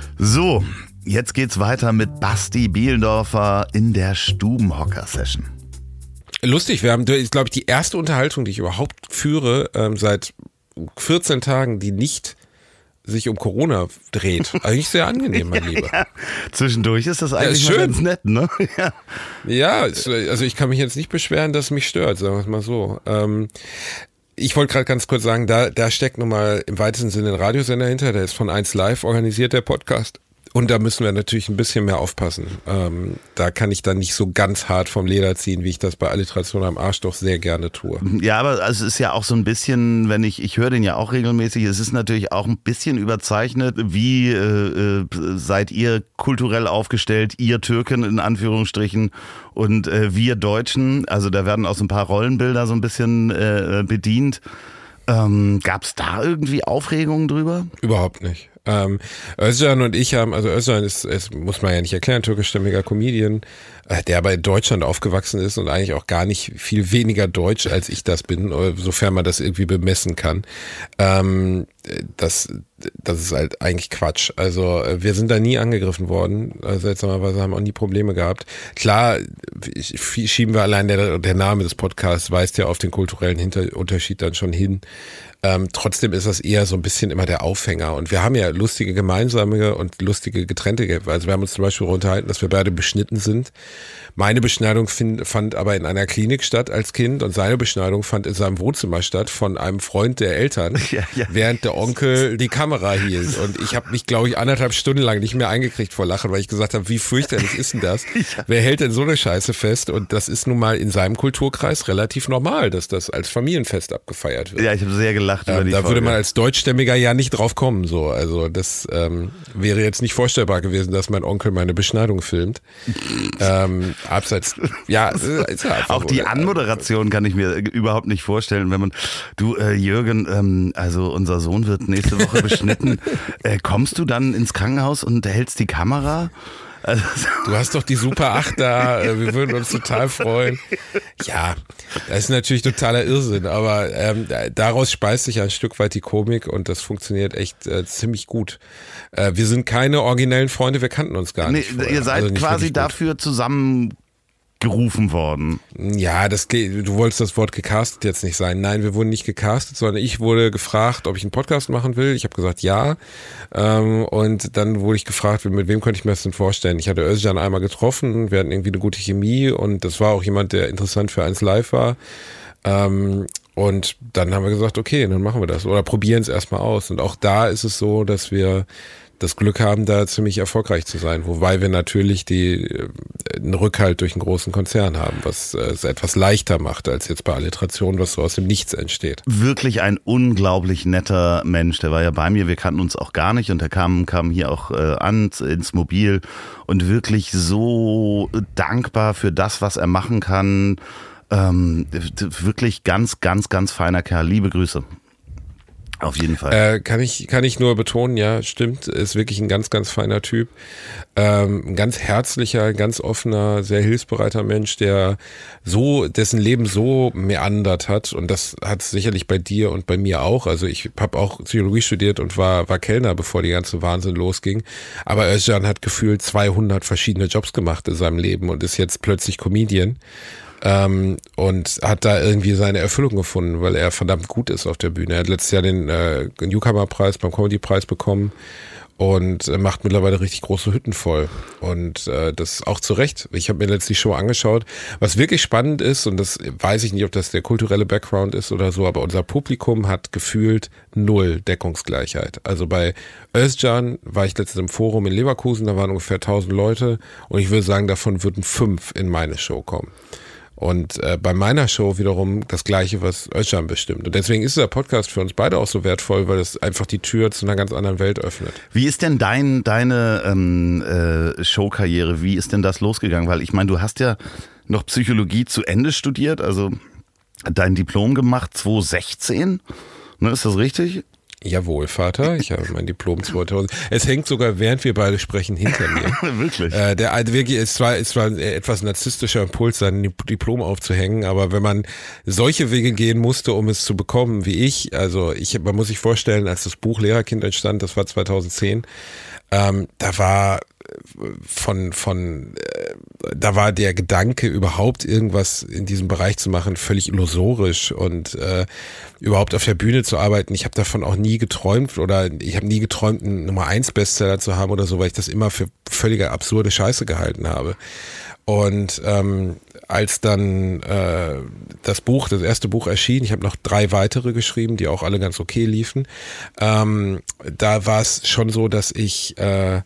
So, jetzt geht's weiter mit Basti Bielendorfer in der Stubenhocker-Session. Lustig, wir haben, glaube ich, die erste Unterhaltung, die ich überhaupt führe, ähm, seit vierzehn Tagen, die nicht sich um Corona dreht. Eigentlich sehr angenehm, mein Lieber. Ja, zwischendurch ist das eigentlich ja, ist mal ganz nett, ne? Ja, ja also ich kann mich jetzt nicht beschweren, dass es mich stört, sagen wir es mal so. Ähm, ich wollte gerade ganz kurz sagen, da, da steckt nochmal im weitesten Sinne ein Radiosender hinter, der ist von eins Live organisiert, der Podcast. Und da müssen wir natürlich ein bisschen mehr aufpassen. Ähm, da kann ich dann nicht so ganz hart vom Leder ziehen, wie ich das bei Alliteration am Arsch doch sehr gerne tue. Ja, aber es ist ja auch so ein bisschen, wenn ich, ich höre den ja auch regelmäßig, es ist natürlich auch ein bisschen überzeichnet. Wie äh, seid ihr kulturell aufgestellt, ihr Türken in Anführungsstrichen und äh, wir Deutschen? Also da werden auch so ein paar Rollenbilder so ein bisschen äh, bedient. Ähm, gab es da irgendwie Aufregungen drüber? Überhaupt nicht. Ähm, Özcan und ich haben, also Özcan ist, es muss man ja nicht erklären, türkischstämmiger Comedian, äh, der aber in Deutschland aufgewachsen ist und eigentlich auch gar nicht viel weniger deutsch, als ich das bin, sofern man das irgendwie bemessen kann. Ähm, das, das ist halt eigentlich Quatsch. Also wir sind da nie angegriffen worden, also seltsamerweise haben auch nie Probleme gehabt. Klar, schieben wir allein, der, der Name des Podcasts weist ja auf den kulturellen Hinterunterschied dann schon hin. Ähm, trotzdem ist das eher so ein bisschen immer der Aufhänger. Und wir haben ja lustige gemeinsame und lustige getrennte. Also wir haben uns zum Beispiel unterhalten, dass wir beide beschnitten sind. Meine Beschneidung find, fand aber in einer Klinik statt als Kind und seine Beschneidung fand in seinem Wohnzimmer statt von einem Freund der Eltern, ja, ja. während der Onkel die Kamera hielt. Und ich habe mich, glaube ich, anderthalb Stunden lang nicht mehr eingekriegt vor Lachen, weil ich gesagt habe, wie fürchterlich ist denn das? Ja. Wer hält denn so eine Scheiße fest? Und das ist nun mal in seinem Kulturkreis relativ normal, dass das als Familienfest abgefeiert wird. Ja, ich habe sehr gelacht über ähm, die Da Folge. würde man als Deutschstämmiger ja nicht drauf kommen. So, also das ähm, wäre jetzt nicht vorstellbar gewesen, dass mein Onkel meine Beschneidung filmt. ähm, Abseits, ja, ist ja auch die Anmoderation kann ich mir überhaupt nicht vorstellen, wenn man, du äh, Jürgen, ähm, also unser Sohn wird nächste Woche beschnitten, äh, kommst du dann ins Krankenhaus und hältst die Kamera? Also, du hast doch die Super acht da, wir würden uns total freuen. Ja, das ist natürlich totaler Irrsinn, aber ähm, daraus speist sich ein Stück weit die Komik und das funktioniert echt äh, ziemlich gut. Äh, wir sind keine originellen Freunde, wir kannten uns gar nicht. Nee, ihr seid also nicht quasi dafür zusammen gerufen worden. Ja, das du wolltest das Wort gecastet jetzt nicht sein. Nein, wir wurden nicht gecastet, sondern ich wurde gefragt, ob ich einen Podcast machen will. Ich habe gesagt, ja. Ähm, und dann wurde ich gefragt, mit wem könnte ich mir das denn vorstellen? Ich hatte Özcan einmal getroffen, wir hatten irgendwie eine gute Chemie und das war auch jemand, der interessant für eins Live war. Ähm, und dann haben wir gesagt, okay, dann machen wir das oder probieren es erstmal aus. Und auch da ist es so, dass wir das Glück haben, da ziemlich erfolgreich zu sein. Wobei wir natürlich die, einen Rückhalt durch einen großen Konzern haben, was es etwas leichter macht, als jetzt bei Alliteration, was so aus dem Nichts entsteht. Wirklich ein unglaublich netter Mensch. Der war ja bei mir, wir kannten uns auch gar nicht und der kam, kam hier auch äh, an ins Mobil und wirklich so dankbar für das, was er machen kann. Ähm, wirklich ganz, ganz, ganz feiner Kerl. Liebe Grüße. Auf jeden Fall. Äh, kann ich kann ich nur betonen, ja, stimmt, ist wirklich ein ganz, ganz feiner Typ. Ähm, ein ganz herzlicher, ganz offener, sehr hilfsbereiter Mensch, der so, dessen Leben so meandert hat und das hat es sicherlich bei dir und bei mir auch. Also ich habe auch Psychologie studiert und war war Kellner, bevor die ganze Wahnsinn losging. Aber Özcan hat gefühlt zweihundert verschiedene Jobs gemacht in seinem Leben und ist jetzt plötzlich Comedian. Ähm, und hat da irgendwie seine Erfüllung gefunden, weil er verdammt gut ist auf der Bühne. Er hat letztes Jahr den äh, Newcomer-Preis beim Comedy-Preis bekommen und äh, macht mittlerweile richtig große Hütten voll. Und äh, das auch zu Recht. Ich habe mir letztlich die Show angeschaut. Was wirklich spannend ist, und das weiß ich nicht, ob das der kulturelle Background ist oder so, aber unser Publikum hat gefühlt null Deckungsgleichheit. Also bei Özcan war ich letztens im Forum in Leverkusen, da waren ungefähr tausend Leute und ich würde sagen, davon würden fünf in meine Show kommen. Und äh, bei meiner Show wiederum das Gleiche, was Özcan bestimmt. Und deswegen ist dieser Podcast für uns beide auch so wertvoll, weil es einfach die Tür zu einer ganz anderen Welt öffnet. Wie ist denn dein, deine ähm, äh, Showkarriere, wie ist denn das losgegangen? Weil ich meine, du hast ja noch Psychologie zu Ende studiert, also dein Diplom gemacht zwanzig sechzehn, ne, ist das richtig? Jawohl, Vater, ich habe mein Diplom zweitausend. Es hängt sogar, während wir beide sprechen, hinter mir. Wirklich? Äh, der alte wirklich, es war, es war ein etwas narzisstischer Impuls, sein Diplom aufzuhängen, aber wenn man solche Wege gehen musste, um es zu bekommen, wie ich, also ich, man muss sich vorstellen, als das Buch Lehrerkind entstand, das war zweitausendzehn, ähm, da war von, von, äh, da war der Gedanke, überhaupt irgendwas in diesem Bereich zu machen, völlig illusorisch und äh, überhaupt auf der Bühne zu arbeiten. Ich habe davon auch nie geträumt oder ich habe nie geträumt, einen Nummer eins Bestseller zu haben oder so, weil ich das immer für völlige absurde Scheiße gehalten habe. Und ähm, als dann äh, das Buch, das erste Buch erschien, ich habe noch drei weitere geschrieben, die auch alle ganz okay liefen, ähm, da war es schon so, dass ich äh,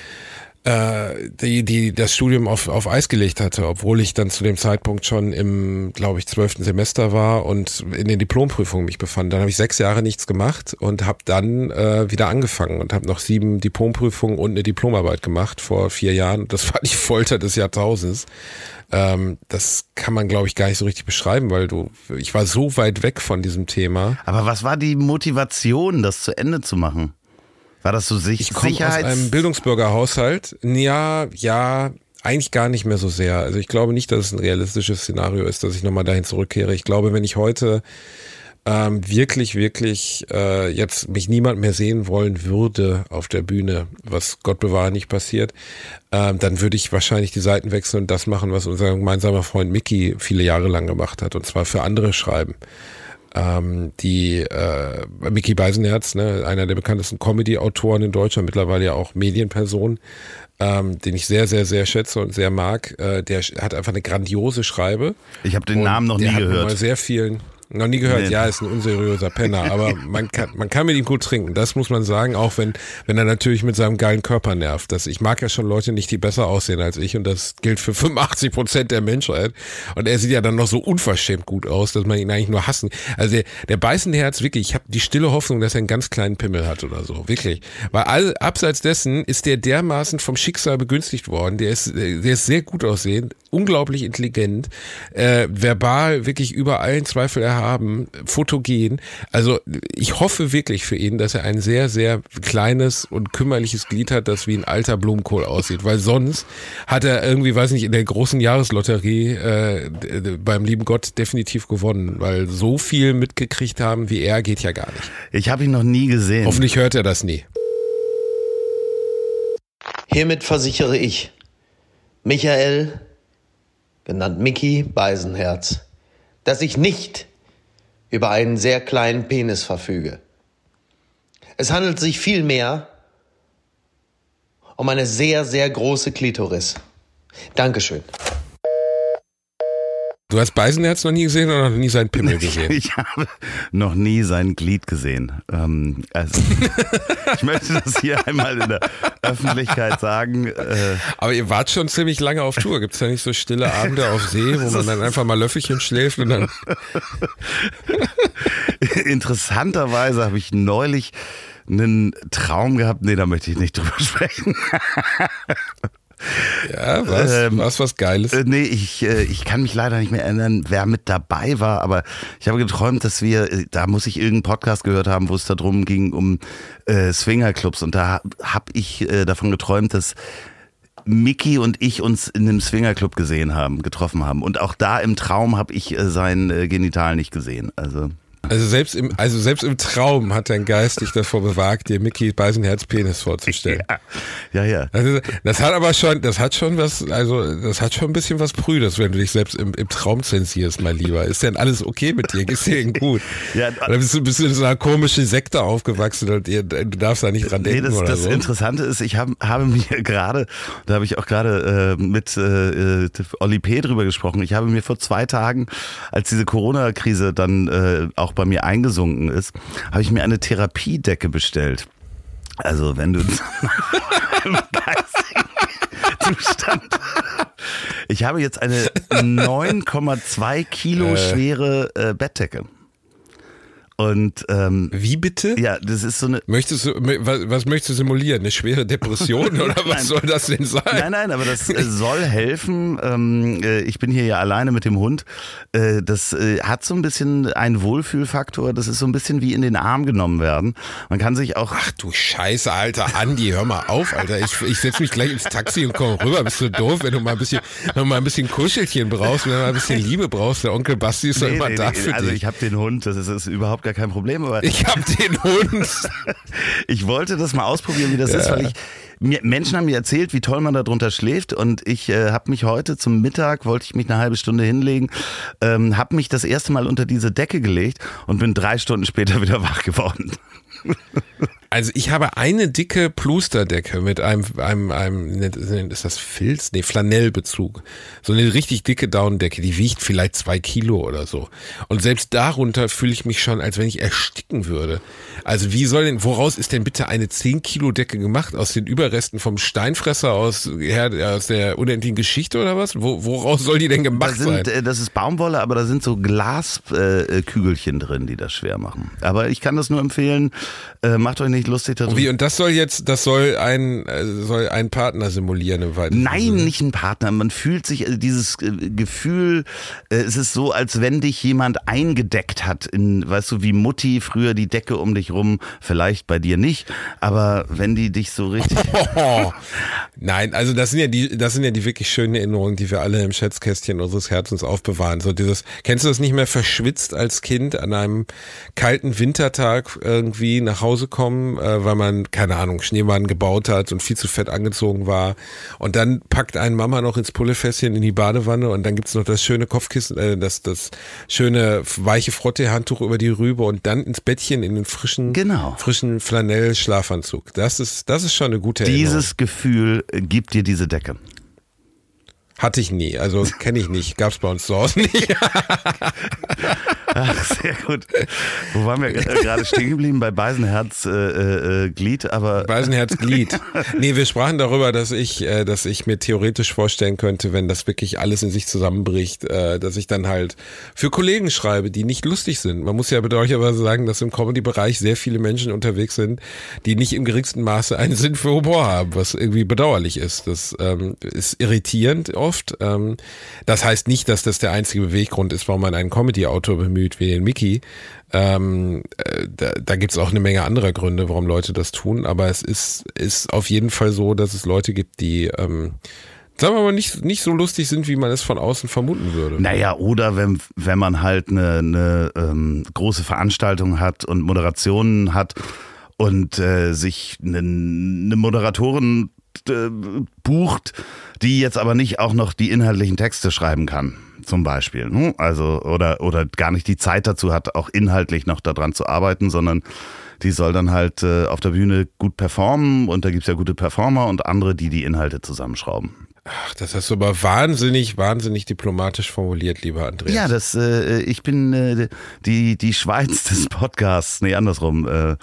äh, die, die das Studium auf, auf Eis gelegt hatte, obwohl ich dann zu dem Zeitpunkt schon im, glaube ich, zwölften Semester war und in den Diplomprüfungen mich befand. Dann habe ich sechs Jahre nichts gemacht und habe dann äh, wieder angefangen und habe noch sieben Diplomprüfungen und eine Diplomarbeit gemacht vor vier Jahren. Das war die Folter des Jahrtausends. Ähm, das kann man, glaube ich, gar nicht so richtig beschreiben, weil du, ich war so weit weg von diesem Thema. Aber was war die Motivation, das zu Ende zu machen? War das so sich- Ich komme aus Sicherheits... einem Bildungsbürgerhaushalt. Ja, ja, eigentlich gar nicht mehr so sehr. Also ich glaube nicht, dass es ein realistisches Szenario ist, dass ich nochmal dahin zurückkehre. Ich glaube, wenn ich heute ähm, wirklich, wirklich äh, jetzt mich niemand mehr sehen wollen würde auf der Bühne, was Gott bewahre nicht passiert, ähm, dann würde ich wahrscheinlich die Seiten wechseln und das machen, was unser gemeinsamer Freund Micky viele Jahre lang gemacht hat, und zwar für andere schreiben. Ähm, die äh, Micky Beisenherz, ne, einer der bekanntesten Comedy-Autoren in Deutschland, mittlerweile ja auch Medienperson, ähm, den ich sehr, sehr, sehr schätze und sehr mag, äh, der hat einfach eine grandiose Schreibe. Ich habe den Und Namen noch nie der hat gehört. Mal sehr vielen, noch nie gehört, Nee. ja, ist ein unseriöser Penner, aber man kann, man kann mit ihm gut trinken, das muss man sagen, auch wenn, wenn er natürlich mit seinem geilen Körper nervt. Das, ich mag ja schon Leute nicht, die besser aussehen als ich, und das gilt für fünfundachtzig Prozent der Menschheit. Und er sieht ja dann noch so unverschämt gut aus, dass man ihn eigentlich nur hassen. Also der, der Beißenherz, wirklich, ich habe die stille Hoffnung, dass er einen ganz kleinen Pimmel hat oder so, wirklich. Weil all, abseits dessen ist der dermaßen vom Schicksal begünstigt worden, der ist, der ist sehr gut aussehend, unglaublich intelligent, äh, verbal wirklich über allen Zweifel erhaben, fotogen. Also ich hoffe wirklich für ihn, dass er ein sehr, sehr kleines und kümmerliches Glied hat, das wie ein alter Blumenkohl aussieht, weil sonst hat er irgendwie, weiß nicht, in der großen Jahreslotterie äh, beim lieben Gott definitiv gewonnen, weil so viel mitgekriegt haben wie er geht ja gar nicht. Ich habe ihn noch nie gesehen. Hoffentlich hört er das nie. Hiermit versichere ich, Michael, genannt Micky Beisenherz, dass ich nicht über einen sehr kleinen Penis verfüge. Es handelt sich vielmehr um eine sehr, sehr große Klitoris. Dankeschön. Du hast Beisenherz noch nie gesehen oder noch nie seinen Pimmel gesehen? Ich habe noch nie sein Glied gesehen. Ähm, also, ich möchte das hier einmal in der Öffentlichkeit sagen. Äh, Aber ihr wart schon ziemlich lange auf Tour. Gibt es da nicht so stille Abende auf See, wo man dann einfach mal Löffelchen schläft und dann... Interessanterweise habe ich neulich einen Traum gehabt. Nee, da möchte ich nicht drüber sprechen. Ja, was? Ähm, was was Geiles? Äh, nee, ich, äh, ich kann mich leider nicht mehr erinnern, wer mit dabei war, aber ich habe geträumt, dass wir, äh, da muss ich irgendeinen Podcast gehört haben, wo es darum ging, um äh, Swingerclubs, und da habe ich äh, davon geträumt, dass Micky und ich uns in einem Swingerclub gesehen haben, getroffen haben, und auch da im Traum habe ich äh, sein äh, Genital nicht gesehen, also... Also selbst im, also selbst im Traum hat dein Geist dich davor bewagt, dir Micky Beisenherz Penis vorzustellen. Ja, ja. ja. Also das hat aber schon, das hat schon was, also das hat schon ein bisschen was Prüdes, wenn du dich selbst im, im Traum zensierst, mein Lieber. Ist denn alles okay mit dir? Geht's dir denn gut? Ja, oder bist du, bist du in so einer komischen Sekte aufgewachsen und ihr, du darfst da nicht dran denken, nee, das, oder das so? Interessante ist, ich hab, habe mir gerade, da habe ich auch gerade äh, mit äh, Olli P. drüber gesprochen, ich habe mir vor zwei Tagen, als diese Corona-Krise dann äh, auch bei mir eingesunken ist, habe ich mir eine Therapiedecke bestellt. Also wenn du im geistigen Zustand. Ich habe jetzt eine neun Komma zwei Kilo schwere äh, Bettdecke. Und ähm, wie bitte? Ja, das ist so eine. Möchtest du, was, was möchtest du simulieren? Eine schwere Depression oder was Nein. soll das denn sein? Nein, nein, aber das äh, soll helfen. Ähm, äh, ich bin hier ja alleine mit dem Hund. Äh, das äh, hat so ein bisschen einen Wohlfühlfaktor. Das ist so ein bisschen wie in den Arm genommen werden. Man kann sich auch. Ach du Scheiße, Alter, Andi, hör mal auf, Alter. Ich, ich setze mich gleich ins Taxi und komme rüber. Bist du doof, wenn du mal ein bisschen, noch mal ein bisschen Kuschelchen brauchst, wenn du mal ein bisschen Liebe brauchst. Der Onkel Basti ist doch Nee, immer nee, da nee, für also dich. ich habe den Hund. Das ist, ist überhaupt gar kein Problem. Aber Ich hab den Hund. ich wollte das mal ausprobieren, wie das Ja. ist, weil ich mir, Menschen haben mir erzählt, wie toll man da drunter schläft und ich äh, habe mich heute zum Mittag, wollte ich mich eine halbe Stunde hinlegen, ähm, habe mich das erste Mal unter diese Decke gelegt und bin drei Stunden später wieder wach geworden. Also ich habe eine dicke Plusterdecke mit einem, einem, einem, ist das Filz? Nee, Flanellbezug. So eine richtig dicke Daunendecke, die wiegt vielleicht zwei Kilo oder so. Und selbst darunter fühle ich mich schon, als wenn ich ersticken würde. Also wie soll denn, woraus ist denn bitte eine zehn Kilo Decke gemacht? Aus den Überresten vom Steinfresser aus, aus der unendlichen Geschichte oder was? Wo, woraus soll die denn gemacht da sind, sein? Das ist Baumwolle, aber da sind so Glaskügelchen äh, drin, die das schwer machen. Aber ich kann das nur empfehlen, äh, macht euch nicht lustig darüber. Und wie, und das soll jetzt, das soll ein, soll ein Partner simulieren im weitesten Nein, Sinne. nicht ein Partner. Man fühlt sich, also dieses Gefühl, äh, es ist so, als wenn dich jemand eingedeckt hat. In, weißt du, wie Mutti früher die Decke um dich rum, vielleicht bei dir nicht, aber wenn die dich so richtig... Nein, also das sind ja die, das sind ja die wirklich schönen Erinnerungen, die wir alle im Schätzkästchen unseres Herzens aufbewahren. So dieses, kennst du das nicht mehr, verschwitzt als Kind an einem kalten Wintertag irgendwie nach Hause kommen, äh, weil man, keine Ahnung, Schneemann gebaut hat und viel zu fett angezogen war. Und dann packt einen Mama noch ins Pullefässchen in die Badewanne und dann gibt's noch das schöne Kopfkissen, äh, das, das schöne weiche Frottee-Handtuch über die Rübe und dann ins Bettchen in den frischen, genau. frischen Flanell-Schlafanzug. Das ist, das ist schon eine gute Erinnerung. Dieses Gefühl gibt dir diese Decke. Hatte ich nie, also kenne ich nicht, gab's bei uns zu Hause nicht. Ach, sehr gut. Wo waren wir gerade stehen geblieben? Bei Beisenherz äh, äh, Glied, aber... Beisenherz Glied. Nee, wir sprachen darüber, dass ich, äh, dass ich mir theoretisch vorstellen könnte, wenn das wirklich alles in sich zusammenbricht, äh, dass ich dann halt für Kollegen schreibe, die nicht lustig sind. Man muss ja bedauerlicherweise sagen, dass im Comedy-Bereich sehr viele Menschen unterwegs sind, die nicht im geringsten Maße einen Sinn für Humor haben, was irgendwie bedauerlich ist. Das ähm, ist irritierend oft. Ähm, das heißt nicht, dass das der einzige Beweggrund ist, warum man einen Comedy-Autor bemüht, wie den Mickey. Ähm, äh, da da gibt es auch eine Menge anderer Gründe, warum Leute das tun, aber es ist, ist auf jeden Fall so, dass es Leute gibt, die, ähm, sagen wir mal, nicht, nicht so lustig sind, wie man es von außen vermuten würde. Naja, oder wenn, wenn man halt eine, eine ähm, große Veranstaltung hat und Moderationen hat und äh, sich eine, eine Moderatorin äh, bucht, die jetzt aber nicht auch noch die inhaltlichen Texte schreiben kann. Zum Beispiel, ne? Also oder oder gar nicht die Zeit dazu hat, auch inhaltlich noch daran zu arbeiten, sondern die soll dann halt äh, auf der Bühne gut performen und da gibt's ja gute Performer und andere, die die Inhalte zusammenschrauben. Ach, das hast du aber wahnsinnig, wahnsinnig diplomatisch formuliert, lieber Andreas. Ja, das, äh, ich bin äh, die die Schweiz des Podcasts, nee, andersrum. Äh.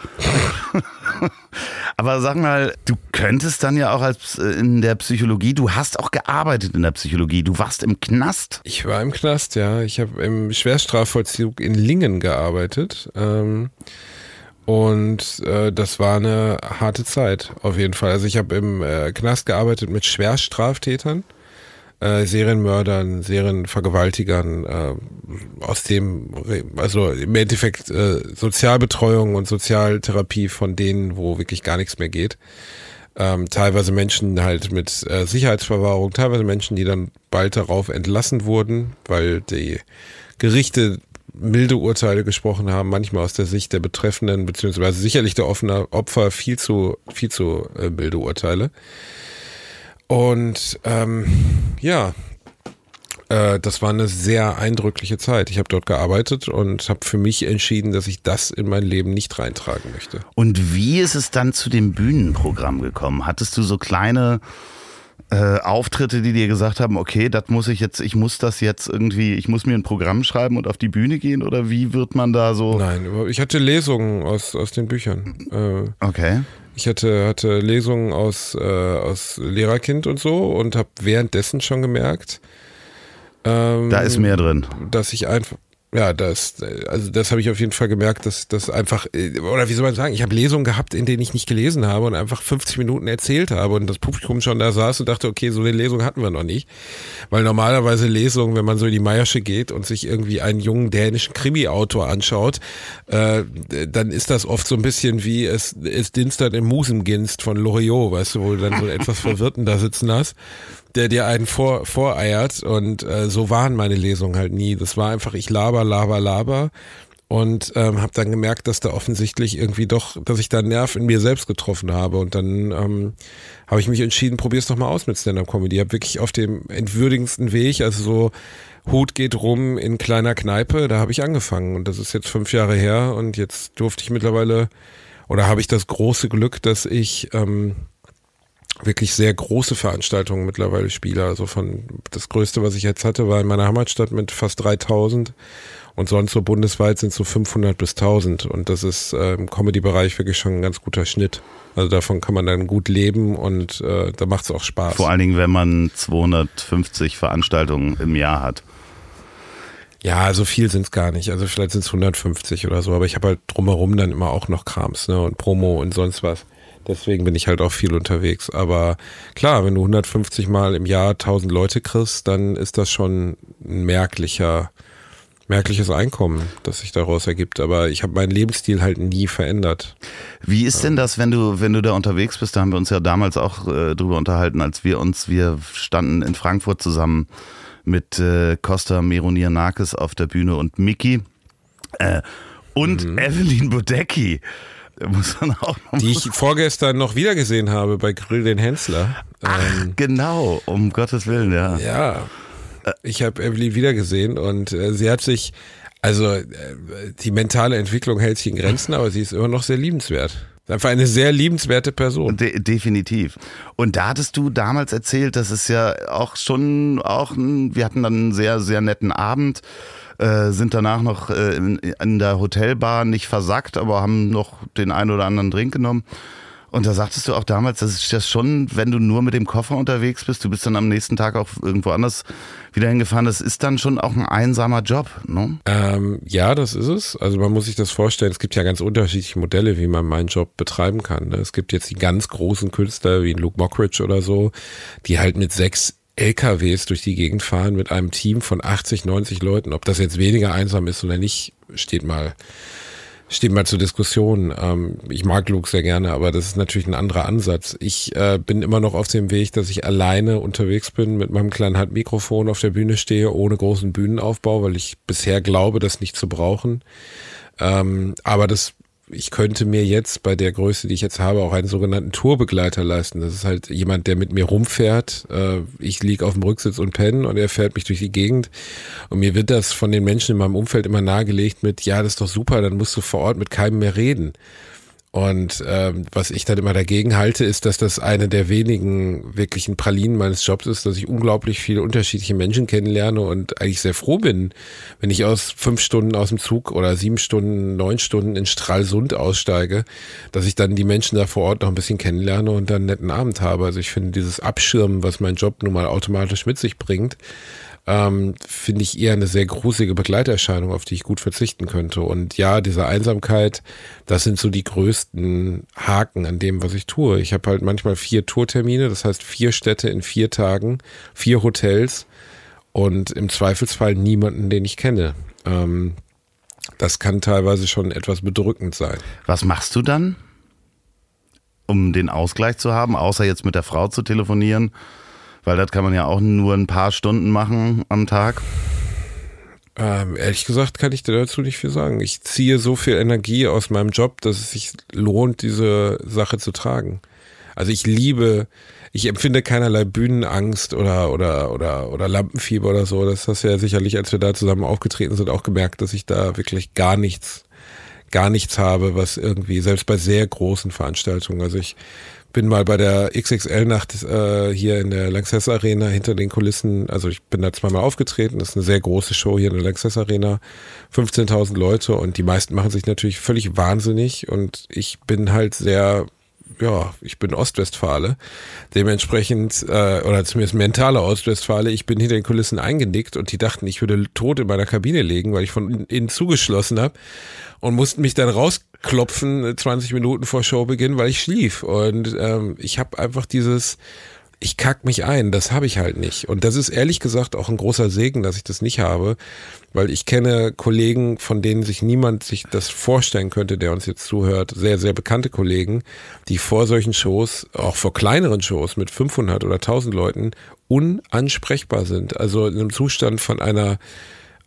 Aber sag mal, du könntest dann ja auch als äh, in der Psychologie, du hast auch gearbeitet in der Psychologie, du warst im Knast. Ich war im Knast, ja. Ich habe im Schwerstrafvollzug in Lingen gearbeitet. Ähm, Und äh, das war eine harte Zeit, auf jeden Fall. Also ich habe im äh, Knast gearbeitet mit Schwerstraftätern, äh, Serienmördern, Serienvergewaltigern, äh, aus dem, also im Endeffekt äh, Sozialbetreuung und Sozialtherapie von denen, wo wirklich gar nichts mehr geht. Ähm, teilweise Menschen halt mit äh, Sicherheitsverwahrung, teilweise Menschen, die dann bald darauf entlassen wurden, weil die Gerichte milde Urteile gesprochen haben, manchmal aus der Sicht der Betreffenden, beziehungsweise sicherlich der offenen Opfer viel zu, viel zu äh, milde Urteile. Und ähm, ja, äh, das war eine sehr eindrückliche Zeit. Ich habe dort gearbeitet und habe für mich entschieden, dass ich das in mein Leben nicht reintragen möchte. Und wie ist es dann zu dem Bühnenprogramm gekommen? Hattest du so kleine Äh, Auftritte, die dir gesagt haben, okay, das muss ich jetzt, ich muss das jetzt irgendwie, ich muss mir ein Programm schreiben und auf die Bühne gehen oder wie wird man da so? Nein, ich hatte Lesungen aus, aus den Büchern. Äh, okay. Ich hatte, hatte Lesungen aus, äh, aus Lehrerkind und so und habe währenddessen schon gemerkt, ähm, da ist mehr drin. Dass ich einfach, ja, das, also das habe ich auf jeden Fall gemerkt, dass das einfach, oder wie soll man sagen, ich habe Lesungen gehabt, in denen ich nicht gelesen habe und einfach fünfzig Minuten erzählt habe und das Publikum schon da saß und dachte, okay, so eine Lesung hatten wir noch nicht. Weil normalerweise Lesungen, wenn man so in die Meiersche geht und sich irgendwie einen jungen dänischen Krimi-Autor anschaut, äh, dann ist das oft so ein bisschen wie es, es dinstert im Musenginst von Loriot, weißt du, wo du dann so etwas Verwirrten da sitzen hast, der dir einen vor, voreiert und äh, so waren meine Lesungen halt nie. Das war einfach, ich laber, laber, laber und ähm, habe dann gemerkt, dass da offensichtlich irgendwie doch, dass ich da einen Nerv in mir selbst getroffen habe und dann ähm, habe ich mich entschieden, probier's doch mal aus mit Stand-Up-Comedy. Ich habe wirklich auf dem entwürdigendsten Weg, also so Hut geht rum in kleiner Kneipe, da habe ich angefangen und das ist jetzt fünf Jahre her und jetzt durfte ich mittlerweile, oder habe ich das große Glück, dass ich ähm, wirklich sehr große Veranstaltungen mittlerweile spiele. Also von das Größte, was ich jetzt hatte, war in meiner Heimatstadt mit fast dreitausend und sonst so bundesweit sind so fünfhundert bis tausend und das ist äh, im Comedy-Bereich wirklich schon ein ganz guter Schnitt. Also davon kann man dann gut leben und äh, da macht es auch Spaß. Vor allen Dingen, wenn man zweihundertfünfzig Veranstaltungen im Jahr hat. Ja, so viel sind es gar nicht. Also vielleicht sind es hundertfünfzig oder so, aber ich habe halt drumherum dann immer auch noch Krams, ne, und Promo und sonst was. Deswegen bin ich halt auch viel unterwegs. Aber klar, wenn du hundertfünfzig Mal im Jahr tausend Leute kriegst, dann ist das schon ein merklicher, merkliches Einkommen, das sich daraus ergibt. Aber ich habe meinen Lebensstil halt nie verändert. Wie ist denn das, wenn du, wenn du da unterwegs bist? Da haben wir uns ja damals auch äh, drüber unterhalten, als wir uns, wir standen in Frankfurt zusammen mit äh, Costa Meronianakis auf der Bühne und Micky äh, und mhm. Evelyn Bodecki. Muss man auch noch die ich vorgestern noch wieder gesehen habe bei Grill den Hensler. Ach, ähm, genau, um Gottes Willen, ja. Ja, ich habe Evelyn wieder gesehen und äh, sie hat sich, also äh, die mentale Entwicklung hält sich in Grenzen, aber sie ist immer noch sehr liebenswert. Einfach eine sehr liebenswerte Person. De- definitiv. Und da hattest du damals erzählt, dass es ja auch schon, auch ein, wir hatten dann einen sehr, sehr netten Abend, äh, sind danach noch äh, in, in der Hotelbar nicht versackt, aber haben noch den einen oder anderen Drink genommen. Und da sagtest du auch damals, das ist das schon, wenn du nur mit dem Koffer unterwegs bist, du bist dann am nächsten Tag auch irgendwo anders wieder hingefahren, das ist dann schon auch ein einsamer Job, ne? Ähm, ja, das ist es. Also man muss sich das vorstellen, es gibt ja ganz unterschiedliche Modelle, wie man meinen Job betreiben kann. Ne? Es gibt jetzt die ganz großen Künstler wie Luke Mockridge oder so, die halt mit sechs L K Ws durch die Gegend fahren mit einem Team von achtzig, neunzig Leuten. Ob das jetzt weniger einsam ist oder nicht, steht mal Steht mal zur Diskussion. Ähm, ich mag Luke sehr gerne, aber das ist natürlich ein anderer Ansatz. Ich äh, bin immer noch auf dem Weg, dass ich alleine unterwegs bin, mit meinem kleinen Handmikrofon auf der Bühne stehe, ohne großen Bühnenaufbau, weil ich bisher glaube, das nicht zu brauchen. Ähm, aber das, ich könnte mir jetzt bei der Größe, die ich jetzt habe, auch einen sogenannten Tourbegleiter leisten. Das ist halt jemand, der mit mir rumfährt. Äh, ich liege auf dem Rücksitz und penne und er fährt mich durch die Gegend. Und mir wird das von den Menschen in meinem Umfeld immer nahegelegt mit, ja, das ist doch super, dann musst du vor Ort mit keinem mehr reden. Und ähm, was ich dann immer dagegen halte, ist, dass das eine der wenigen wirklichen Pralinen meines Jobs ist, dass ich unglaublich viele unterschiedliche Menschen kennenlerne und eigentlich sehr froh bin, wenn ich aus fünf Stunden aus dem Zug oder sieben Stunden, neun Stunden in Stralsund aussteige, dass ich dann die Menschen da vor Ort noch ein bisschen kennenlerne und dann einen netten Abend habe. Also ich finde dieses Abschirmen, was mein Job nun mal automatisch mit sich bringt, Ähm, finde ich eher eine sehr gruselige Begleiterscheinung, auf die ich gut verzichten könnte. Und ja, diese Einsamkeit, das sind so die größten Haken an dem, was ich tue. Ich habe halt manchmal vier Tourtermine, das heißt vier Städte in vier Tagen, vier Hotels und im Zweifelsfall niemanden, den ich kenne. Ähm, das kann teilweise schon etwas bedrückend sein. Was machst du dann, um den Ausgleich zu haben, außer jetzt mit der Frau zu telefonieren? Weil das kann man ja auch nur ein paar Stunden machen am Tag. Ähm, ehrlich gesagt kann ich dir dazu nicht viel sagen. Ich ziehe so viel Energie aus meinem Job, dass es sich lohnt, diese Sache zu tragen. Also ich liebe, ich empfinde keinerlei Bühnenangst oder oder oder oder Lampenfieber oder so. Das hast du ja sicherlich, als wir da zusammen aufgetreten sind, auch gemerkt, dass ich da wirklich gar nichts, gar nichts habe, was irgendwie, selbst bei sehr großen Veranstaltungen, also ich bin mal bei der X X L-Nacht äh, hier in der Lanxess Arena hinter den Kulissen, also ich bin da zweimal aufgetreten, das ist eine sehr große Show hier in der Lanxess Arena, fünfzehntausend Leute und die meisten machen sich natürlich völlig wahnsinnig und ich bin halt sehr, ja, ich bin Ostwestfale, dementsprechend, äh, oder zumindest mentale Ostwestfale, ich bin hinter den Kulissen eingenickt und die dachten, ich würde tot in meiner Kabine liegen, weil ich von innen zugeschlossen habe und mussten mich dann rausklopfen zwanzig Minuten vor Showbeginn, weil ich schlief und ähm, ich habe einfach dieses, ich kack mich ein, das habe ich halt nicht und das ist ehrlich gesagt auch ein großer Segen, dass ich das nicht habe, weil ich kenne Kollegen, von denen sich niemand sich das vorstellen könnte, der uns jetzt zuhört, sehr, sehr bekannte Kollegen, die vor solchen Shows, auch vor kleineren Shows mit fünfhundert oder tausend Leuten unansprechbar sind, also in einem Zustand von einer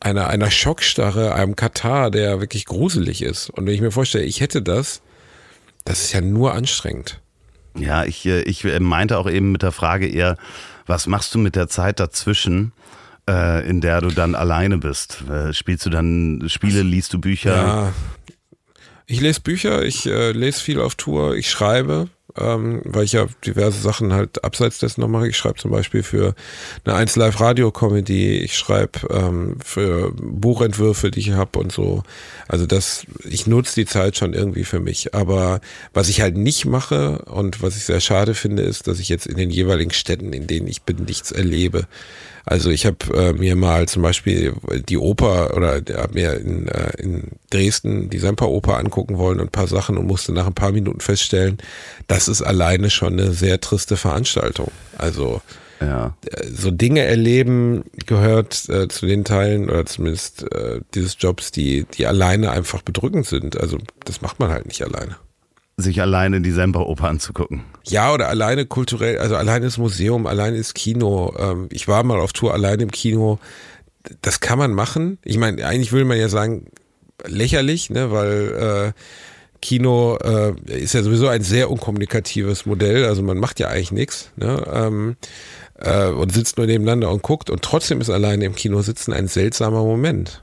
einer, einer Schockstarre, einem Katar, der wirklich gruselig ist. Und wenn ich mir vorstelle, ich hätte das, das ist ja nur anstrengend. Ja, ich, ich meinte auch eben mit der Frage eher, was machst du mit der Zeit dazwischen, äh, in der du dann alleine bist? Äh, spielst du dann Spiele, liest du Bücher? Ja, ich lese Bücher, ich äh, lese viel auf Tour, ich schreibe, ähm, weil ich ja diverse Sachen halt abseits dessen noch mache. Ich schreibe zum Beispiel für eine eins Live Radio Comedy, ich schreibe ähm, für Buchentwürfe, die ich habe und so. Also das, ich nutze die Zeit schon irgendwie für mich. Aber was ich halt nicht mache und was ich sehr schade finde, ist, dass ich jetzt in den jeweiligen Städten, in denen ich bin, nichts erlebe. Also ich habe äh, mir mal zum Beispiel die Oper oder habe mir in, äh, in Dresden die Semperoper angucken wollen und ein paar Sachen und musste nach ein paar Minuten feststellen, das ist alleine schon eine sehr triste Veranstaltung. Also ja. äh, so Dinge erleben gehört äh, zu den Teilen oder zumindest äh, dieses Jobs, die, die alleine einfach bedrückend sind. Also das macht man halt nicht alleine. Sich alleine die Semperoper anzugucken. Ja, oder alleine kulturell, also alleine das Museum, alleine das Kino. Ähm, ich war mal auf Tour alleine im Kino. Das kann man machen. Ich meine, eigentlich würde man ja sagen, lächerlich, ne, weil äh, Kino äh, ist ja sowieso ein sehr unkommunikatives Modell. Also man macht ja eigentlich nichts, ne, ähm, äh, und sitzt nur nebeneinander und guckt. Und trotzdem ist alleine im Kino sitzen ein seltsamer Moment.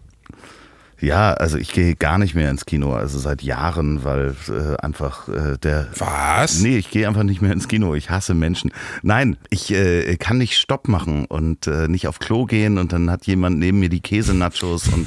Ja, also ich gehe gar nicht mehr ins Kino, also seit Jahren, weil äh, einfach äh, der... Was? Nee, ich gehe einfach nicht mehr ins Kino, ich hasse Menschen. Nein, ich äh, kann nicht Stopp machen und äh, nicht auf Klo gehen und dann hat jemand neben mir die Käse-Nachos und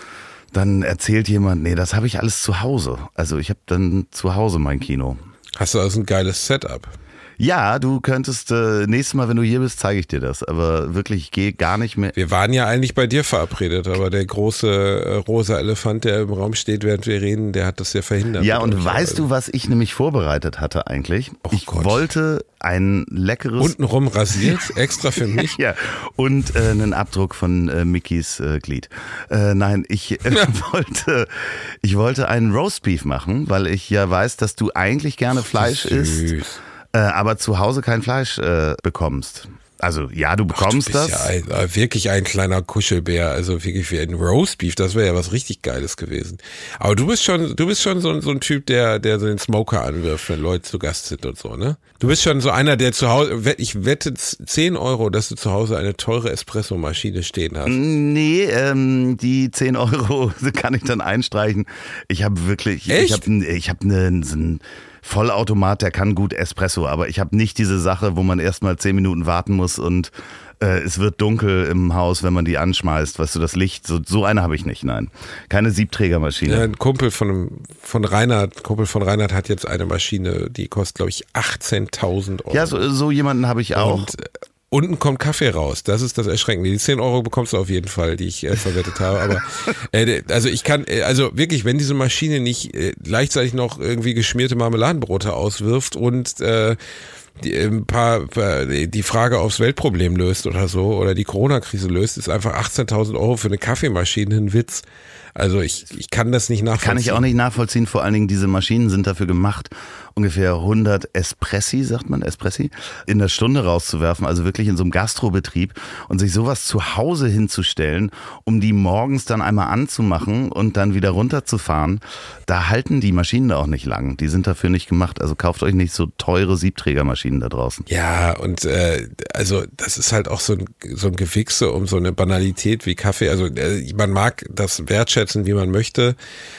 dann erzählt jemand, nee, das habe ich alles zu Hause. Also ich habe dann zu Hause mein Kino. Hast du also ein geiles Setup? Ja, du könntest, äh, nächstes Mal, wenn du hier bist, zeige ich dir das. Aber wirklich, ich gehe gar nicht mehr. Wir waren ja eigentlich bei dir verabredet, aber der große äh, rosa Elefant, der im Raum steht, während wir reden, der hat das ja verhindert. Ja, und weißt du, was ich nämlich vorbereitet hatte eigentlich? Oh ich Gott. wollte ein leckeres... Untenrum rasiert, extra für mich. Ja, und äh, einen Abdruck von äh, Mickys äh, Glied. Äh, nein, ich äh, wollte ich wollte einen Roastbeef machen, weil ich ja weiß, dass du eigentlich gerne Fleisch isst. Äh, aber zu Hause kein Fleisch äh, bekommst. Also ja, du bekommst Ach, du das. bist ja ein, wirklich ein kleiner Kuschelbär, also wirklich wie ein Roastbeef, das wäre ja was richtig Geiles gewesen. Aber du bist schon, du bist schon so, so ein Typ, der, der so den Smoker anwirft, wenn Leute zu Gast sind und so, ne? Du bist schon so einer, der zu Hause, ich wette zehn Euro, dass du zu Hause eine teure Espresso-Maschine stehen hast. Nee, ähm, die zehn Euro kann ich dann einstreichen. Ich habe wirklich, Echt? ich habe ich hab ne, so ein Vollautomat, der kann gut Espresso, aber ich habe nicht diese Sache, wo man erstmal zehn Minuten warten muss und äh, es wird dunkel im Haus, wenn man die anschmeißt. Weißt du, das Licht, so, so eine habe ich nicht, nein. Keine Siebträgermaschine. Ja, ein Kumpel von, von Reinhard, ein Kumpel von Reinhard hat jetzt eine Maschine, die kostet, glaube ich, achtzehntausend Euro. Ja, so, so jemanden habe ich auch. Und, äh, unten kommt Kaffee raus. Das ist das Erschreckende. Die zehn Euro bekommst du auf jeden Fall, die ich äh, verwettet habe. Aber äh, also ich kann, äh, also wirklich, wenn diese Maschine nicht äh, gleichzeitig noch irgendwie geschmierte Marmeladenbrote auswirft und äh, die, ein paar, die Frage aufs Weltproblem löst oder so oder die Corona-Krise löst, ist einfach achtzehntausend Euro für eine Kaffeemaschine ein Witz. Also ich, ich kann das nicht nachvollziehen. Kann ich auch nicht nachvollziehen. Vor allen Dingen, diese Maschinen sind dafür gemacht, ungefähr hundert Espressi, sagt man, Espressi, in der Stunde rauszuwerfen. Also wirklich in so einem Gastrobetrieb und sich sowas zu Hause hinzustellen, um die morgens dann einmal anzumachen und dann wieder runterzufahren. Da halten die Maschinen auch nicht lang. Die sind dafür nicht gemacht. Also kauft euch nicht so teure Siebträgermaschinen da draußen. Ja, und äh, also das ist halt auch so ein, so ein Gewichse um so eine Banalität wie Kaffee. Also äh, man mag das wertschätzen, wie man möchte,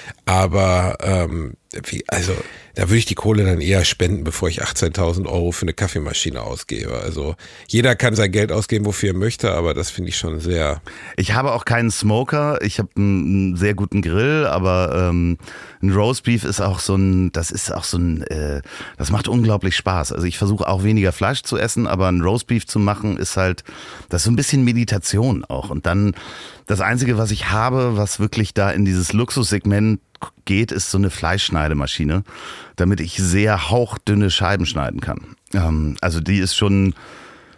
aber ähm, wie, also da würde ich die Kohle dann eher spenden, bevor ich achtzehntausend Euro für eine Kaffeemaschine ausgebe. Also jeder kann sein Geld ausgeben, wofür er möchte, aber das finde ich schon sehr... Ich habe auch keinen Smoker, ich habe einen sehr guten Grill, aber ähm, ein Roastbeef ist auch so ein, das ist auch so ein, äh, das macht unglaublich Spaß. Also ich versuche auch weniger Fleisch zu essen, aber ein Roastbeef zu machen ist halt, das ist so ein bisschen Meditation auch. Und dann das Einzige, was ich habe, was wirklich da in dieses Luxussegment geht, ist so eine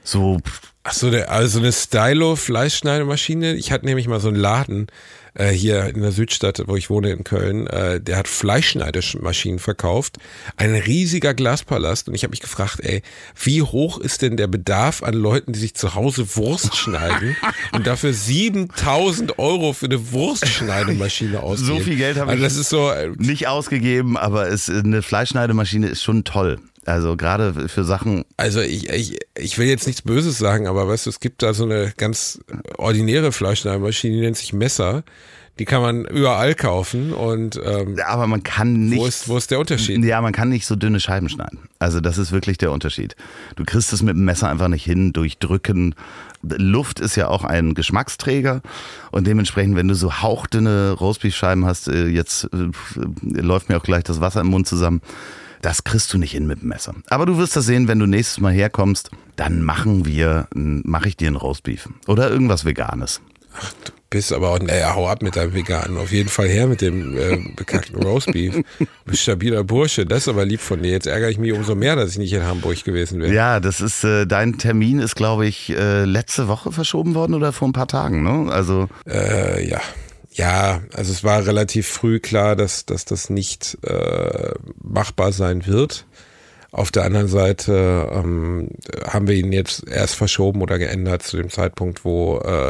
So. Ach so, der, also eine Stylo-Fleischschneidemaschine. Ich hatte nämlich mal so einen Laden äh, hier in der Südstadt, wo ich wohne in Köln. Äh, der hat Fleischschneidemaschinen verkauft. Ein riesiger Glaspalast. Und ich habe mich gefragt, ey, wie hoch ist denn der Bedarf an Leuten, die sich zu Hause Wurst schneiden und dafür siebentausend Euro für eine Wurstschneidemaschine ausgeben? So viel Geld habe also ich das ist so, äh, nicht ausgegeben, aber es, eine Fleischschneidemaschine ist schon toll. Also gerade für Sachen. Also ich, ich, ich will jetzt nichts Böses sagen, aber weißt du, es gibt da so eine ganz ordinäre Fleischschneidemaschine, die nennt sich Messer. Die kann man überall kaufen und ähm, aber man kann nicht. Wo ist, wo ist der Unterschied? Ja, man kann nicht so dünne Scheiben schneiden. Also das ist wirklich der Unterschied. Du kriegst es mit dem Messer einfach nicht hin, durch Drücken. Luft ist ja auch ein Geschmacksträger und dementsprechend, wenn du so hauchdünne Roastbeef-Scheiben hast, jetzt äh, läuft mir auch gleich das Wasser im Mund zusammen. Das kriegst du nicht hin mit dem Messer. Aber du wirst das sehen, wenn du nächstes Mal herkommst, dann machen wir, mache ich dir ein Roastbeef. Oder irgendwas Veganes. Ach, du bist aber auch, naja, hau ab mit deinem Veganen. Auf jeden Fall her mit dem äh, bekackten Roastbeef. Du bist stabiler Bursche, das ist aber lieb von dir. Jetzt ärgere ich mich umso mehr, dass ich nicht in Hamburg gewesen wäre. Ja, das ist, äh, dein Termin ist, glaube ich, äh, letzte Woche verschoben worden oder vor ein paar Tagen, ne? Also. Äh, ja. Ja, also es war relativ früh klar, dass, dass das nicht äh, machbar sein wird. Auf der anderen Seite ähm, haben wir ihn jetzt erst verschoben oder geändert zu dem Zeitpunkt, wo, äh,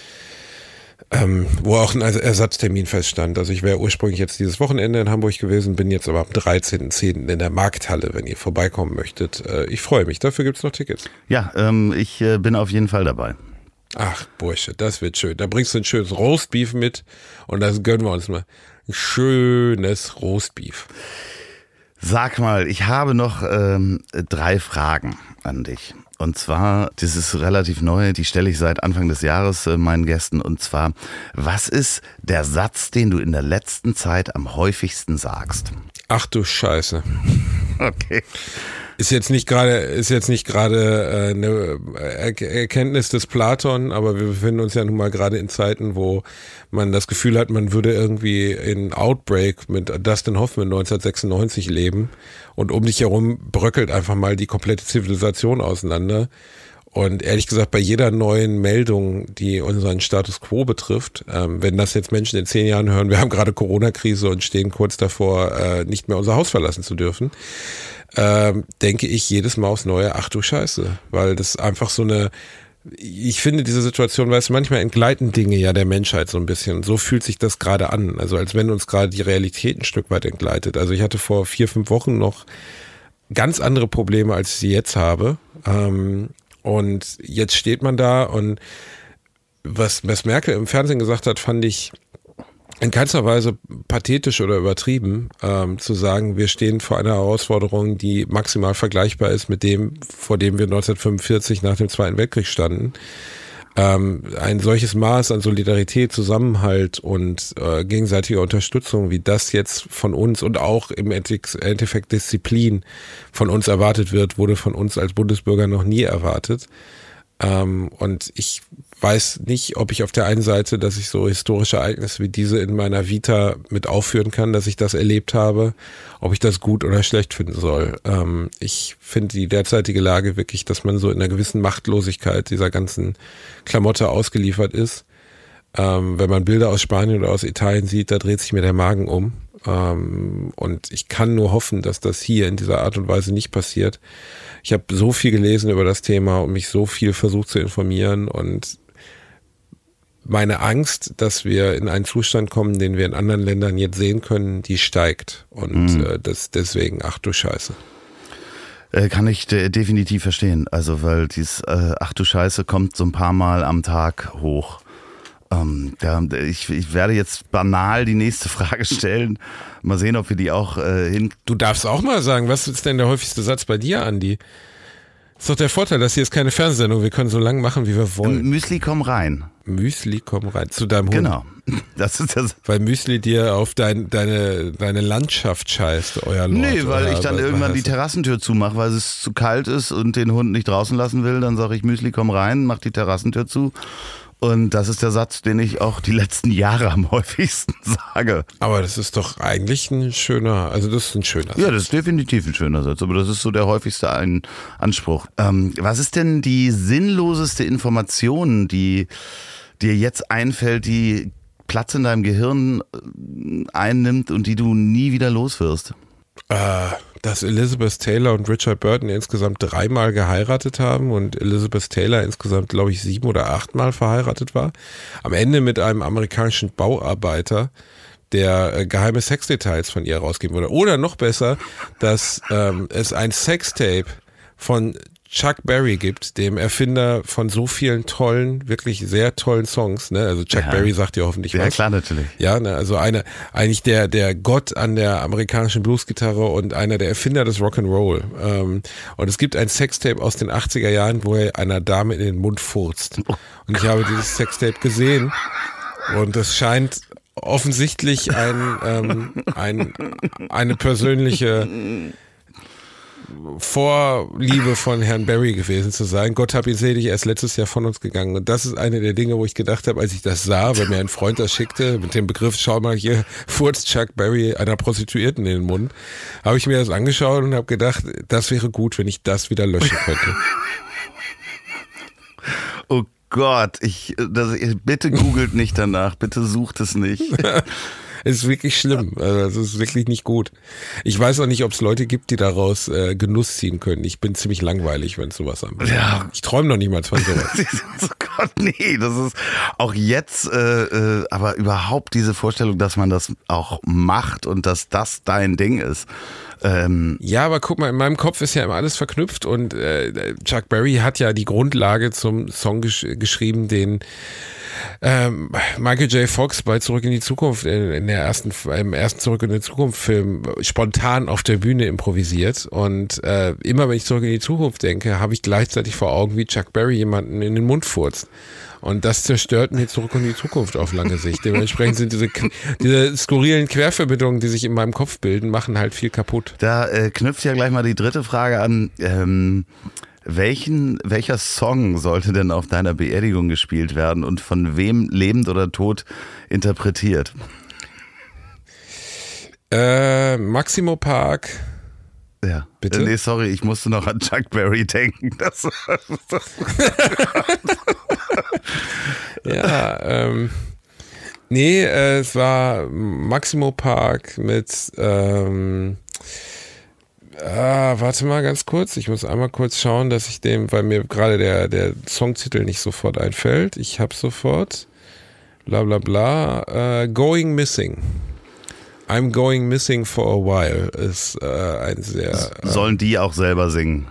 ähm, wo auch ein Ersatztermin feststand. Also ich wäre ursprünglich jetzt dieses Wochenende in Hamburg gewesen, bin jetzt aber am dreizehnten zehnten in der Markthalle, wenn ihr vorbeikommen möchtet. Äh, ich freue mich, dafür gibt's noch Tickets. Ja, ähm, ich äh, bin auf jeden Fall dabei. Ach, Bursche, das wird schön. Da bringst du ein schönes Roastbeef mit und das gönnen wir uns mal. Ein schönes Roastbeef. Sag mal, ich habe noch ähm, drei Fragen an dich. Und zwar, das ist relativ neu, die stelle ich seit Anfang des Jahres äh, meinen Gästen. Und zwar, was ist der Satz, den du in der letzten Zeit am häufigsten sagst? Ach du Scheiße. Okay. Ist jetzt nicht gerade, ist jetzt nicht gerade äh, eine Erkenntnis des Platon, aber wir befinden uns ja nun mal gerade in Zeiten, wo man das Gefühl hat, man würde irgendwie in Outbreak mit Dustin Hoffman neunzehnhundertsechsundneunzig leben und um dich herum bröckelt einfach mal die komplette Zivilisation auseinander. Und ehrlich gesagt, bei jeder neuen Meldung, die unseren Status quo betrifft, ähm, wenn das jetzt Menschen in zehn Jahren hören, wir haben gerade Corona-Krise und stehen kurz davor, äh, nicht mehr unser Haus verlassen zu dürfen, ähm, denke ich jedes Mal aufs Neue, ach du Scheiße, weil das einfach so eine, ich finde diese Situation, weißt du, manchmal entgleiten Dinge ja der Menschheit so ein bisschen. So fühlt sich das gerade an, also als wenn uns gerade die Realität ein Stück weit entgleitet. Also ich hatte vor vier, fünf Wochen noch ganz andere Probleme, als ich sie jetzt habe. Ähm, Und jetzt steht man da und was, was Merkel im Fernsehen gesagt hat, fand ich in keinster Weise pathetisch oder übertrieben, ähm, zu sagen, wir stehen vor einer Herausforderung, die maximal vergleichbar ist mit dem, vor dem wir neunzehnhundertfünfundvierzig nach dem Zweiten Weltkrieg standen. Ähm, ein solches Maß an Solidarität, Zusammenhalt und äh, gegenseitiger Unterstützung, wie das jetzt von uns und auch im Endeffekt Disziplin von uns erwartet wird, wurde von uns als Bundesbürger noch nie erwartet. Ähm, und ich weiß nicht, ob ich auf der einen Seite, dass ich so historische Ereignisse wie diese in meiner Vita mit aufführen kann, dass ich das erlebt habe, ob ich das gut oder schlecht finden soll. Ähm, ich finde die derzeitige Lage wirklich, dass man so in einer gewissen Machtlosigkeit dieser ganzen Klamotte ausgeliefert ist. Ähm, wenn man Bilder aus Spanien oder aus Italien sieht, da dreht sich mir der Magen um. Ähm, und ich kann nur hoffen, dass das hier in dieser Art und Weise nicht passiert. Ich habe so viel gelesen über das Thema und mich so viel versucht zu informieren und meine Angst, dass wir in einen Zustand kommen, den wir in anderen Ländern jetzt sehen können, die steigt. Und mhm. äh, das deswegen, ach du Scheiße. Äh, kann ich de- definitiv verstehen. Also, weil dieses äh, ach du Scheiße kommt so ein paar Mal am Tag hoch. Ähm, da, ich, ich werde jetzt banal die nächste Frage stellen. Mal sehen, ob wir die auch äh, hin... Du darfst auch mal sagen, was ist denn der häufigste Satz bei dir, Andi? Das ist doch der Vorteil, dass hier ist keine Fernsehsendung. Wir können so lang machen, wie wir wollen. Müsli, komm rein. Müsli, komm rein. Zu deinem Hund. Genau. Das ist das. Weil Müsli dir auf dein, deine, deine Landschaft scheißt, euer Lord. Nee, weil ich dann irgendwann die Terrassentür zumache, weil es zu kalt ist und den Hund nicht draußen lassen will. Dann sage ich Müsli, komm rein, mach die Terrassentür zu. Und das ist der Satz, den ich auch die letzten Jahre am häufigsten sage. Aber das ist doch eigentlich ein schöner, also das ist ein schöner Satz. Ja, das ist definitiv ein schöner Satz, aber das ist so der häufigste ein Anspruch. Ähm, was ist denn die sinnloseste Information, die dir jetzt einfällt, die Platz in deinem Gehirn einnimmt und die du nie wieder los wirst? Äh, dass Elizabeth Taylor und Richard Burton insgesamt dreimal geheiratet haben und Elizabeth Taylor insgesamt, glaube ich, sieben oder achtmal verheiratet war. Am Ende mit einem amerikanischen Bauarbeiter, der äh, geheime Sexdetails von ihr rausgeben würde. Oder noch besser, dass ähm, es ein Sextape von Chuck Berry gibt, dem Erfinder von so vielen tollen, wirklich sehr tollen Songs. Ne? Also Chuck ja. Berry sagt ja hoffentlich ja, was. Ja, klar, natürlich. Ja, ne? Also eine, eigentlich der, der Gott an der amerikanischen Bluesgitarre und einer der Erfinder des Rock'n'Roll. Ähm, und es gibt ein Sextape aus den achtziger Jahren, wo er einer Dame in den Mund furzt. Und ich habe dieses Sextape gesehen und es scheint offensichtlich ein, ähm, ein, eine persönliche Vorliebe von Herrn Berry gewesen zu sein. Gott hab ihn selig, er ist letztes Jahr von uns gegangen. Und das ist eine der Dinge, wo ich gedacht habe, als ich das sah, wenn mir ein Freund das schickte, mit dem Begriff, schau mal, hier furzt Chuck Berry einer Prostituierten in den Mund, habe ich mir das angeschaut und habe gedacht, das wäre gut, wenn ich das wieder löschen könnte. Oh Gott, ich, das, bitte googelt nicht danach, bitte sucht es nicht. Es ist wirklich schlimm, also es ist wirklich nicht gut. Ich weiß auch nicht, ob es Leute gibt, die daraus äh, Genuss ziehen können. Ich bin ziemlich langweilig, wenn es sowas anbelangt. Ja. Ich träume noch niemals von sowas. Oh Gott, nee, das ist auch jetzt, äh, äh, aber überhaupt diese Vorstellung, dass man das auch macht und dass das dein Ding ist. Ähm ja, aber guck mal, in meinem Kopf ist ja immer alles verknüpft und äh, Chuck Berry hat ja die Grundlage zum Song gesch- geschrieben, den ähm, Michael J. Fox bei Zurück in die Zukunft, in, in der ersten, im ersten Zurück in die Zukunft Film spontan auf der Bühne improvisiert und äh, immer wenn ich Zurück in die Zukunft denke, habe ich gleichzeitig vor Augen, wie Chuck Berry jemanden in den Mund furzt. Und das zerstört mir Zurück in die Zukunft auf lange Sicht. Dementsprechend sind diese, diese skurrilen Querverbindungen, die sich in meinem Kopf bilden, machen halt viel kaputt. Da äh, knüpft ja gleich mal die dritte Frage an. Ähm, welchen, welcher Song sollte denn auf deiner Beerdigung gespielt werden und von wem lebend oder tot interpretiert? Äh, Maximo Park. Ja. Bitte? Nee, sorry, ich musste noch an Chuck Berry denken. Das, das ja, ähm, nee, äh, es war Maximo Park mit, ähm, ah, warte mal ganz kurz, ich muss einmal kurz schauen, dass ich dem, weil mir gerade der, der Songtitel nicht sofort einfällt, ich hab sofort, bla bla bla, äh, Going Missing. I'm Going Missing for a While ist äh, ein sehr... Äh, Sollen die auch selber singen?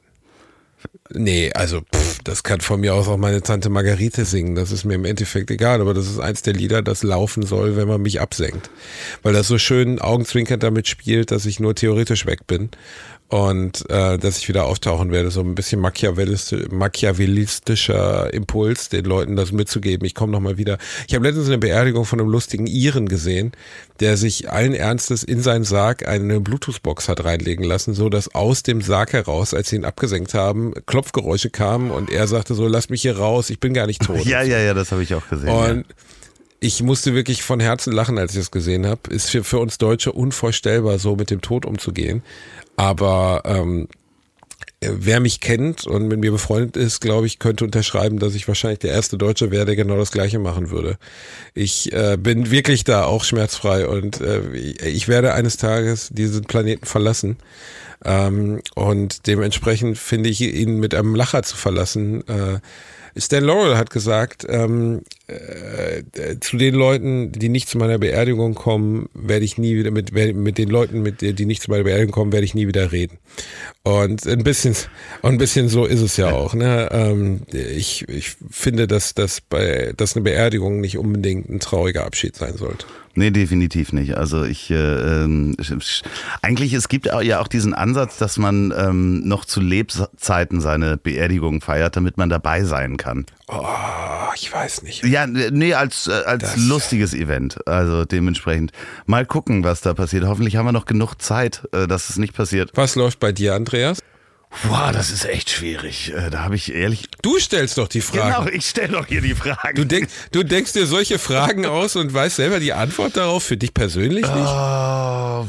Nee, also pff, das kann von mir aus auch meine Tante Margarete singen, das ist mir im Endeffekt egal, aber das ist eins der Lieder, das laufen soll, wenn man mich absenkt. Weil das so schön augenzwinkernd damit spielt, dass ich nur theoretisch weg bin und äh, dass ich wieder auftauchen werde, so ein bisschen machiavellistisch, machiavellistischer Impuls, den Leuten das mitzugeben, ich komme nochmal wieder. Ich habe letztens eine Beerdigung von einem lustigen Iren gesehen, der sich allen Ernstes in seinen Sarg eine Bluetooth-Box hat reinlegen lassen, so dass aus dem Sarg heraus, als sie ihn abgesenkt haben, Klopfgeräusche kamen und er sagte so, lass mich hier raus, ich bin gar nicht tot. Ja, ja, ja, das habe ich auch gesehen. Und ja. Ich musste wirklich von Herzen lachen, als ich das gesehen habe. Ist für, für uns Deutsche unvorstellbar, so mit dem Tod umzugehen. Aber ähm, wer mich kennt und mit mir befreundet ist, glaube ich, könnte unterschreiben, dass ich wahrscheinlich der erste Deutsche wäre, der genau das Gleiche machen würde. Ich äh, bin wirklich da auch schmerzfrei und äh, ich werde eines Tages diesen Planeten verlassen. Ähm, und dementsprechend finde ich ihn mit einem Lacher zu verlassen. Äh, Stan Laurel hat gesagt, ähm, äh, zu den Leuten, die nicht zu meiner Beerdigung kommen, werde ich nie wieder mit mit den Leuten, mit die nicht zu meiner Beerdigung kommen, werde ich nie wieder reden. Und ein bisschen, ein bisschen so ist es ja auch. Ne? Ähm, ich ich finde, dass dass bei dass eine Beerdigung nicht unbedingt ein trauriger Abschied sein sollte. Nee, definitiv nicht. Also ich, äh, ähm, eigentlich, es gibt ja auch diesen Ansatz, dass man ähm, noch zu Lebzeiten seine Beerdigung feiert, damit man dabei sein kann. Oh, ich weiß nicht. Ja, nee, als, äh, als das lustiges Event. Also dementsprechend mal gucken, was da passiert. Hoffentlich haben wir noch genug Zeit, äh, dass es nicht passiert. Was läuft bei dir, Andreas? Boah, das ist echt schwierig. Da habe ich ehrlich... Du stellst doch die Fragen. Genau, ich stelle doch hier die Fragen. Du, denk, du denkst dir solche Fragen aus und weißt selber die Antwort darauf für dich persönlich nicht? Oh,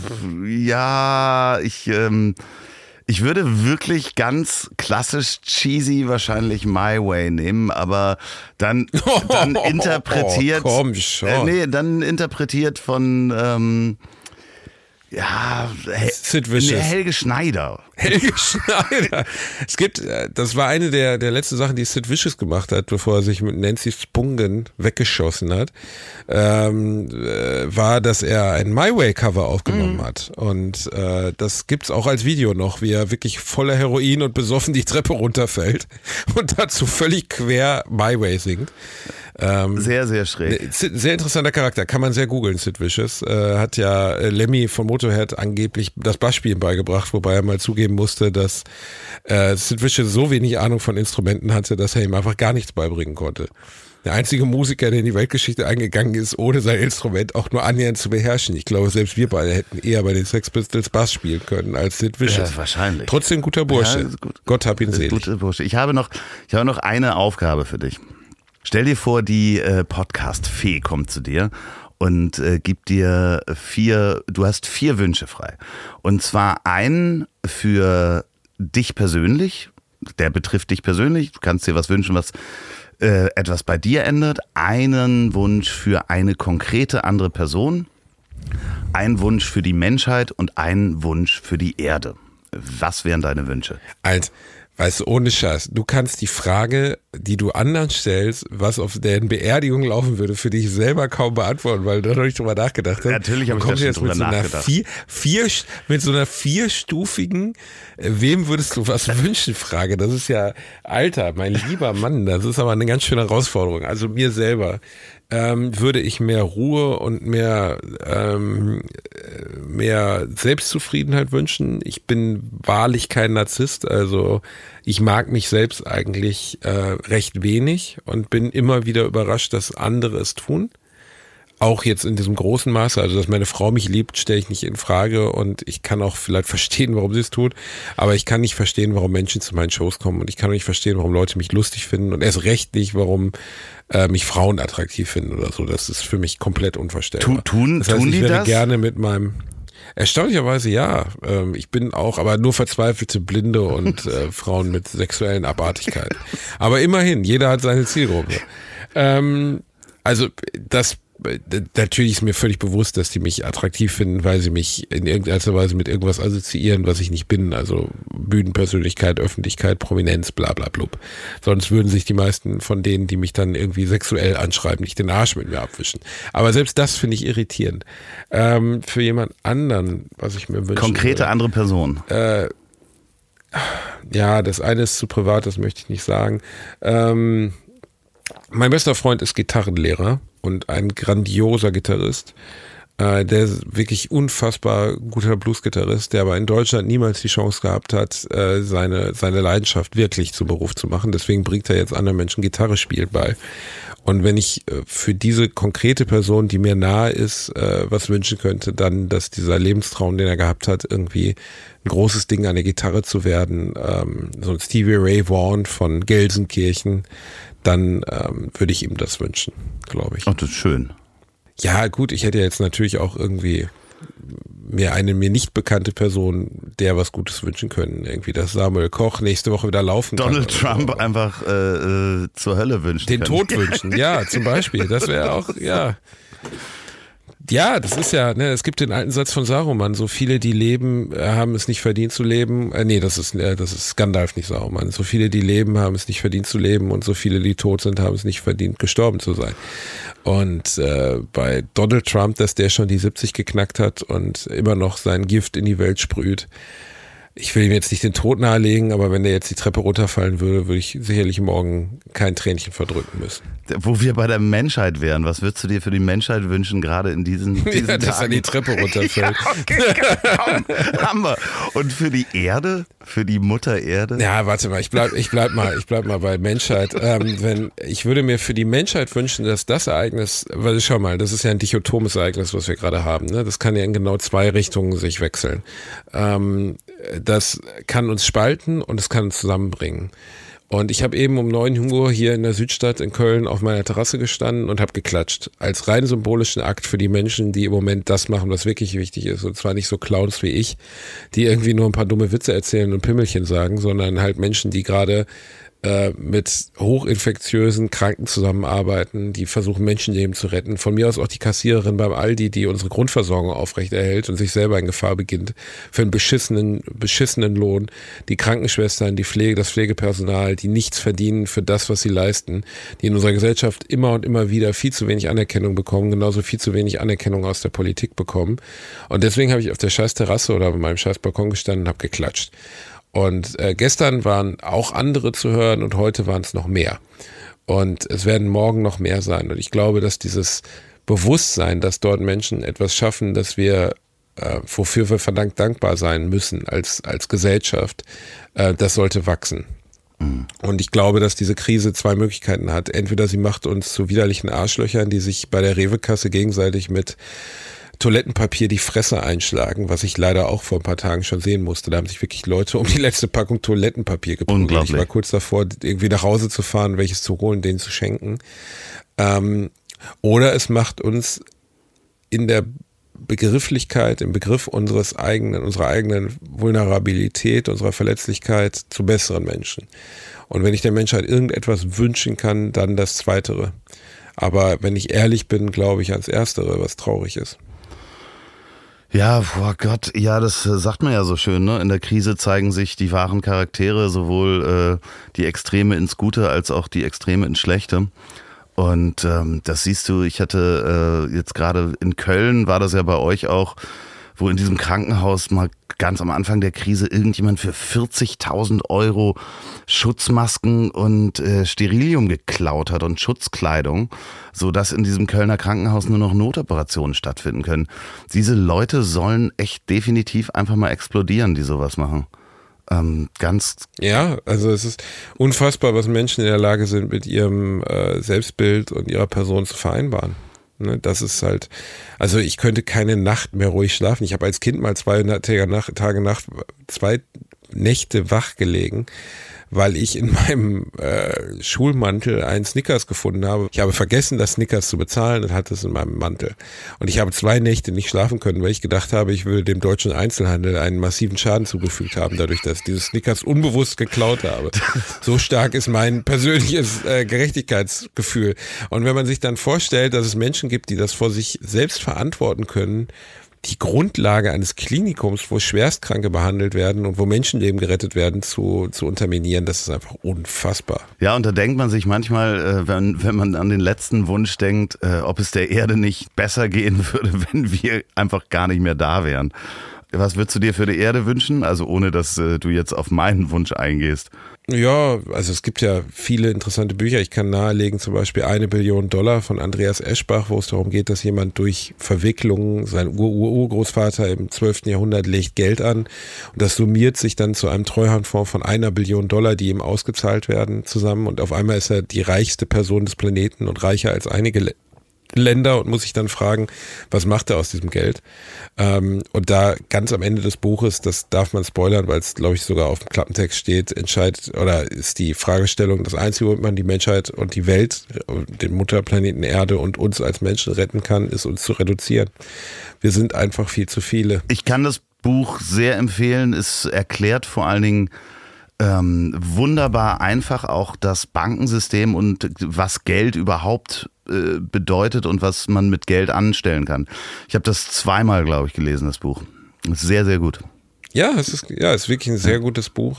ja, ich, ähm, ich würde wirklich ganz klassisch cheesy wahrscheinlich My Way nehmen, aber dann, dann interpretiert... Oh, komm schon. Äh, nee, dann interpretiert von... Ähm, Ja, Sid Vicious. Nee, Helge Schneider. Helge Schneider. Es gibt, das war eine der, der letzten Sachen, die Sid Vicious gemacht hat, bevor er sich mit Nancy Spungen weggeschossen hat, ähm, äh, war, dass er ein My Way Cover aufgenommen mhm. hat. Und äh, das gibt's auch als Video noch, wie er wirklich voller Heroin und besoffen die Treppe runterfällt und dazu völlig quer My Way singt. Ähm, sehr, sehr schräg. Sehr interessanter Charakter, kann man sehr googeln, Sid Vicious. Äh, hat ja äh, Lemmy von Motorhead angeblich das Bassspielen beigebracht, wobei er mal zugeben musste, dass äh, Sid Vicious so wenig Ahnung von Instrumenten hatte, dass er ihm einfach gar nichts beibringen konnte. Der einzige Musiker, der in die Weltgeschichte eingegangen ist, ohne sein Instrument auch nur annähernd zu beherrschen. Ich glaube, selbst wir beide hätten eher bei den Sex Pistols Bass spielen können als Sid Vicious. Ja, wahrscheinlich. Trotzdem guter Bursche. Ja, gut. Gott hab ihn selig. Guter Bursche. Ich habe noch, ich habe noch eine Aufgabe für dich. Stell dir vor, die äh, Podcast-Fee kommt zu dir und äh, gibt dir vier, du hast vier Wünsche frei. Und zwar einen für dich persönlich, der betrifft dich persönlich, du kannst dir was wünschen, was äh, etwas bei dir ändert. Einen Wunsch für eine konkrete andere Person, einen Wunsch für die Menschheit und einen Wunsch für die Erde. Was wären deine Wünsche? Eins. Weißt du, ohne Scheiß, du kannst die Frage, die du anderen stellst, was auf deren Beerdigung laufen würde, für dich selber kaum beantworten, weil du noch nicht drüber nachgedacht hast. Natürlich habe ich da schon drüber mit so einer nachgedacht. Vier, vier, mit so einer vierstufigen, wem würdest du was wünschen, Frage. Das ist ja, Alter, mein lieber Mann, das ist aber eine ganz schöne Herausforderung. Also mir selber ähm, würde ich mehr Ruhe und mehr, ähm, mehr Selbstzufriedenheit wünschen. Ich bin wahrlich kein Narzisst, also ich mag mich selbst eigentlich äh, recht wenig und bin immer wieder überrascht, dass andere es tun. Auch jetzt in diesem großen Maße, also dass meine Frau mich liebt, stelle ich nicht in Frage und ich kann auch vielleicht verstehen, warum sie es tut, aber ich kann nicht verstehen, warum Menschen zu meinen Shows kommen und ich kann auch nicht verstehen, warum Leute mich lustig finden und erst recht nicht, warum äh, mich Frauen attraktiv finden oder so. Das ist für mich komplett unvorstellbar. Tun, das heißt, tun die ich werde das? gerne mit meinem Erstaunlicherweise ja. Ähm, ich bin auch, aber nur verzweifelte Blinde und äh, Frauen mit sexuellen Abartigkeiten. Aber immerhin, jeder hat seine Zielgruppe. Ähm, also das natürlich ist mir völlig bewusst, dass die mich attraktiv finden, weil sie mich in irgendeiner Weise mit irgendwas assoziieren, was ich nicht bin. Also Bühnenpersönlichkeit, Öffentlichkeit, Prominenz, bla bla blub. Sonst würden sich die meisten von denen, die mich dann irgendwie sexuell anschreiben, nicht den Arsch mit mir abwischen. Aber selbst das finde ich irritierend. Ähm, für jemand anderen, was ich mir wünsche. Konkrete würde, andere Person. Äh, ja, das eine ist zu privat, das möchte ich nicht sagen. Ähm, mein bester Freund ist Gitarrenlehrer und ein grandioser Gitarrist, äh, der ist wirklich unfassbar guter Bluesgitarrist, der aber in Deutschland niemals die Chance gehabt hat, äh, seine seine Leidenschaft wirklich zum Beruf zu machen. Deswegen bringt er jetzt anderen Menschen Gitarre spielen bei. Und wenn ich äh, für diese konkrete Person, die mir nahe ist, äh, was wünschen könnte, dann, dass dieser Lebenstraum, den er gehabt hat, irgendwie ein großes Ding an der Gitarre zu werden, ähm, so ein Stevie Ray Vaughan von Gelsenkirchen, dann ähm, würde ich ihm das wünschen, glaube ich. Ach, das ist schön. Ja, gut, ich hätte jetzt natürlich auch irgendwie mir eine mir nicht bekannte Person der was Gutes wünschen können. Irgendwie, dass Samuel Koch nächste Woche wieder laufen kann. Donald Trump so. einfach äh, äh, zur Hölle wünschen Den kann. Tod wünschen, ja, zum Beispiel. Das wäre auch, ja. Ja, das ist ja, ne, es gibt den alten Satz von Saruman, so viele, die leben, haben es nicht verdient zu leben. Äh, nee, das ist, äh, das ist Gandalf, nicht Saruman. So viele, die leben, haben es nicht verdient zu leben und so viele, die tot sind, haben es nicht verdient, gestorben zu sein. Und äh, bei Donald Trump, dass der schon die siebzig geknackt hat und immer noch sein Gift in die Welt sprüht. Ich will ihm jetzt nicht den Tod nahelegen, aber wenn der jetzt die Treppe runterfallen würde, würde ich sicherlich morgen kein Tränchen verdrücken müssen. Wo wir bei der Menschheit wären, was würdest du dir für die Menschheit wünschen, gerade in diesen, diesen ja, dass Tagen? er die Treppe runterfällt. Ja, okay, komm, haben wir. Und für die Erde, für die Mutter Erde? Ja, warte mal, ich bleib, ich bleib mal, ich bleib mal bei Menschheit. Ähm, wenn, ich würde mir für die Menschheit wünschen, dass das Ereignis, weil schau mal, das ist ja ein dichotomes Ereignis, was wir gerade haben, ne? Das kann ja in genau zwei Richtungen sich wechseln. Ähm, das kann uns spalten und es kann uns zusammenbringen. Und ich habe eben um neun Uhr hier in der Südstadt in Köln auf meiner Terrasse gestanden und habe geklatscht. Als rein symbolischen Akt für die Menschen, die im Moment das machen, was wirklich wichtig ist. Und zwar nicht so Clowns wie ich, die irgendwie nur ein paar dumme Witze erzählen und Pimmelchen sagen, sondern halt Menschen, die gerade äh, mit hochinfektiösen Kranken zusammenarbeiten, die versuchen, Menschenleben zu retten. Von mir aus auch die Kassiererin beim Aldi, die unsere Grundversorgung aufrechterhält und sich selber in Gefahr beginnt für einen beschissenen, beschissenen Lohn. Die Krankenschwestern, die Pflege, das Pflegepersonal, die nichts verdienen für das, was sie leisten, die in unserer Gesellschaft immer und immer wieder viel zu wenig Anerkennung bekommen, genauso viel zu wenig Anerkennung aus der Politik bekommen. Und deswegen habe ich auf der scheiß Terrasse oder auf meinem scheiß Balkon gestanden und habe geklatscht. Und äh, gestern waren auch andere zu hören und heute waren es noch mehr. Und es werden morgen noch mehr sein. Und ich glaube, dass dieses Bewusstsein, dass dort Menschen etwas schaffen, dass wir, äh, wofür wir verdammt dankbar sein müssen als, als Gesellschaft, äh, das sollte wachsen. Mhm. Und ich glaube, dass diese Krise zwei Möglichkeiten hat. Entweder sie macht uns zu widerlichen Arschlöchern, die sich bei der Rewe-Kasse gegenseitig mit Toilettenpapier die Fresse einschlagen, was ich leider auch vor ein paar Tagen schon sehen musste. Da haben sich wirklich Leute um die letzte Packung Toilettenpapier geprügelt. Ich war kurz davor, irgendwie nach Hause zu fahren, welches zu holen, denen zu schenken. Ähm, oder es macht uns in der Begrifflichkeit, im Begriff unseres eigenen, unserer eigenen Vulnerabilität, unserer Verletzlichkeit zu besseren Menschen. Und wenn ich der Menschheit irgendetwas wünschen kann, dann das Zweitere. Aber wenn ich ehrlich bin, glaube ich ans Erstere, was traurig ist. Ja, boah Gott, ja, das sagt man ja so schön, ne? In der Krise zeigen sich die wahren Charaktere, sowohl äh, die Extreme ins Gute als auch die Extreme ins Schlechte. Und ähm, das siehst du, ich hatte äh, jetzt gerade in Köln, war das ja bei euch auch, wo in diesem Krankenhaus mal ganz am Anfang der Krise irgendjemand für vierzigtausend Euro Schutzmasken und äh, Sterilium geklaut hat und Schutzkleidung, sodass in diesem Kölner Krankenhaus nur noch Notoperationen stattfinden können. Diese Leute sollen echt definitiv einfach mal explodieren, die sowas machen. Ähm, ganz ja, also es ist unfassbar, was Menschen in der Lage sind, mit ihrem äh, Selbstbild und ihrer Person zu vereinbaren. Ne, das ist halt, also ich könnte keine Nacht mehr ruhig schlafen. Ich habe als Kind mal zwei Tage Nacht, Tage Nacht, zwei Nächte wach gelegen, weil ich in meinem äh, Schulmantel einen Snickers gefunden habe. Ich habe vergessen, das Snickers zu bezahlen und hatte es in meinem Mantel. Und ich habe zwei Nächte nicht schlafen können, weil ich gedacht habe, ich würde dem deutschen Einzelhandel einen massiven Schaden zugefügt haben, dadurch, dass ich dieses Snickers unbewusst geklaut habe. So stark ist mein persönliches äh, Gerechtigkeitsgefühl. Und wenn man sich dann vorstellt, dass es Menschen gibt, die das vor sich selbst verantworten können, die Grundlage eines Klinikums, wo Schwerstkranke behandelt werden und wo Menschenleben gerettet werden, zu, zu unterminieren, das ist einfach unfassbar. Ja, und da denkt man sich manchmal, wenn, wenn man an den letzten Wunsch denkt, ob es der Erde nicht besser gehen würde, wenn wir einfach gar nicht mehr da wären. Was würdest du dir für die Erde wünschen? Also ohne, dass du jetzt auf meinen Wunsch eingehst. Ja, also es gibt ja viele interessante Bücher. Ich kann nahelegen zum Beispiel eine Billion Dollar von Andreas Eschbach, wo es darum geht, dass jemand durch Verwicklungen, sein Ur-Ur-Urgroßvater im zwölften Jahrhundert legt Geld an und das summiert sich dann zu einem Treuhandfonds von einer Billion Dollar, die ihm ausgezahlt werden zusammen und auf einmal ist er die reichste Person des Planeten und reicher als einige Länder und muss sich dann fragen, was macht er aus diesem Geld? Ähm, und da ganz am Ende des Buches, das darf man spoilern, weil es, glaube ich, sogar auf dem Klappentext steht, entscheidet oder ist die Fragestellung, das Einzige, womit man die Menschheit und die Welt, den Mutterplaneten Erde und uns als Menschen retten kann, ist uns zu reduzieren. Wir sind einfach viel zu viele. Ich kann das Buch sehr empfehlen. Es erklärt vor allen Dingen ähm, wunderbar einfach auch das Bankensystem und was Geld überhaupt bedeutet und was man mit Geld anstellen kann. Ich habe das zweimal, glaube ich, gelesen, das Buch. Das ist sehr, sehr gut. Ja, es ist, ja, es ist wirklich ein sehr gutes Buch.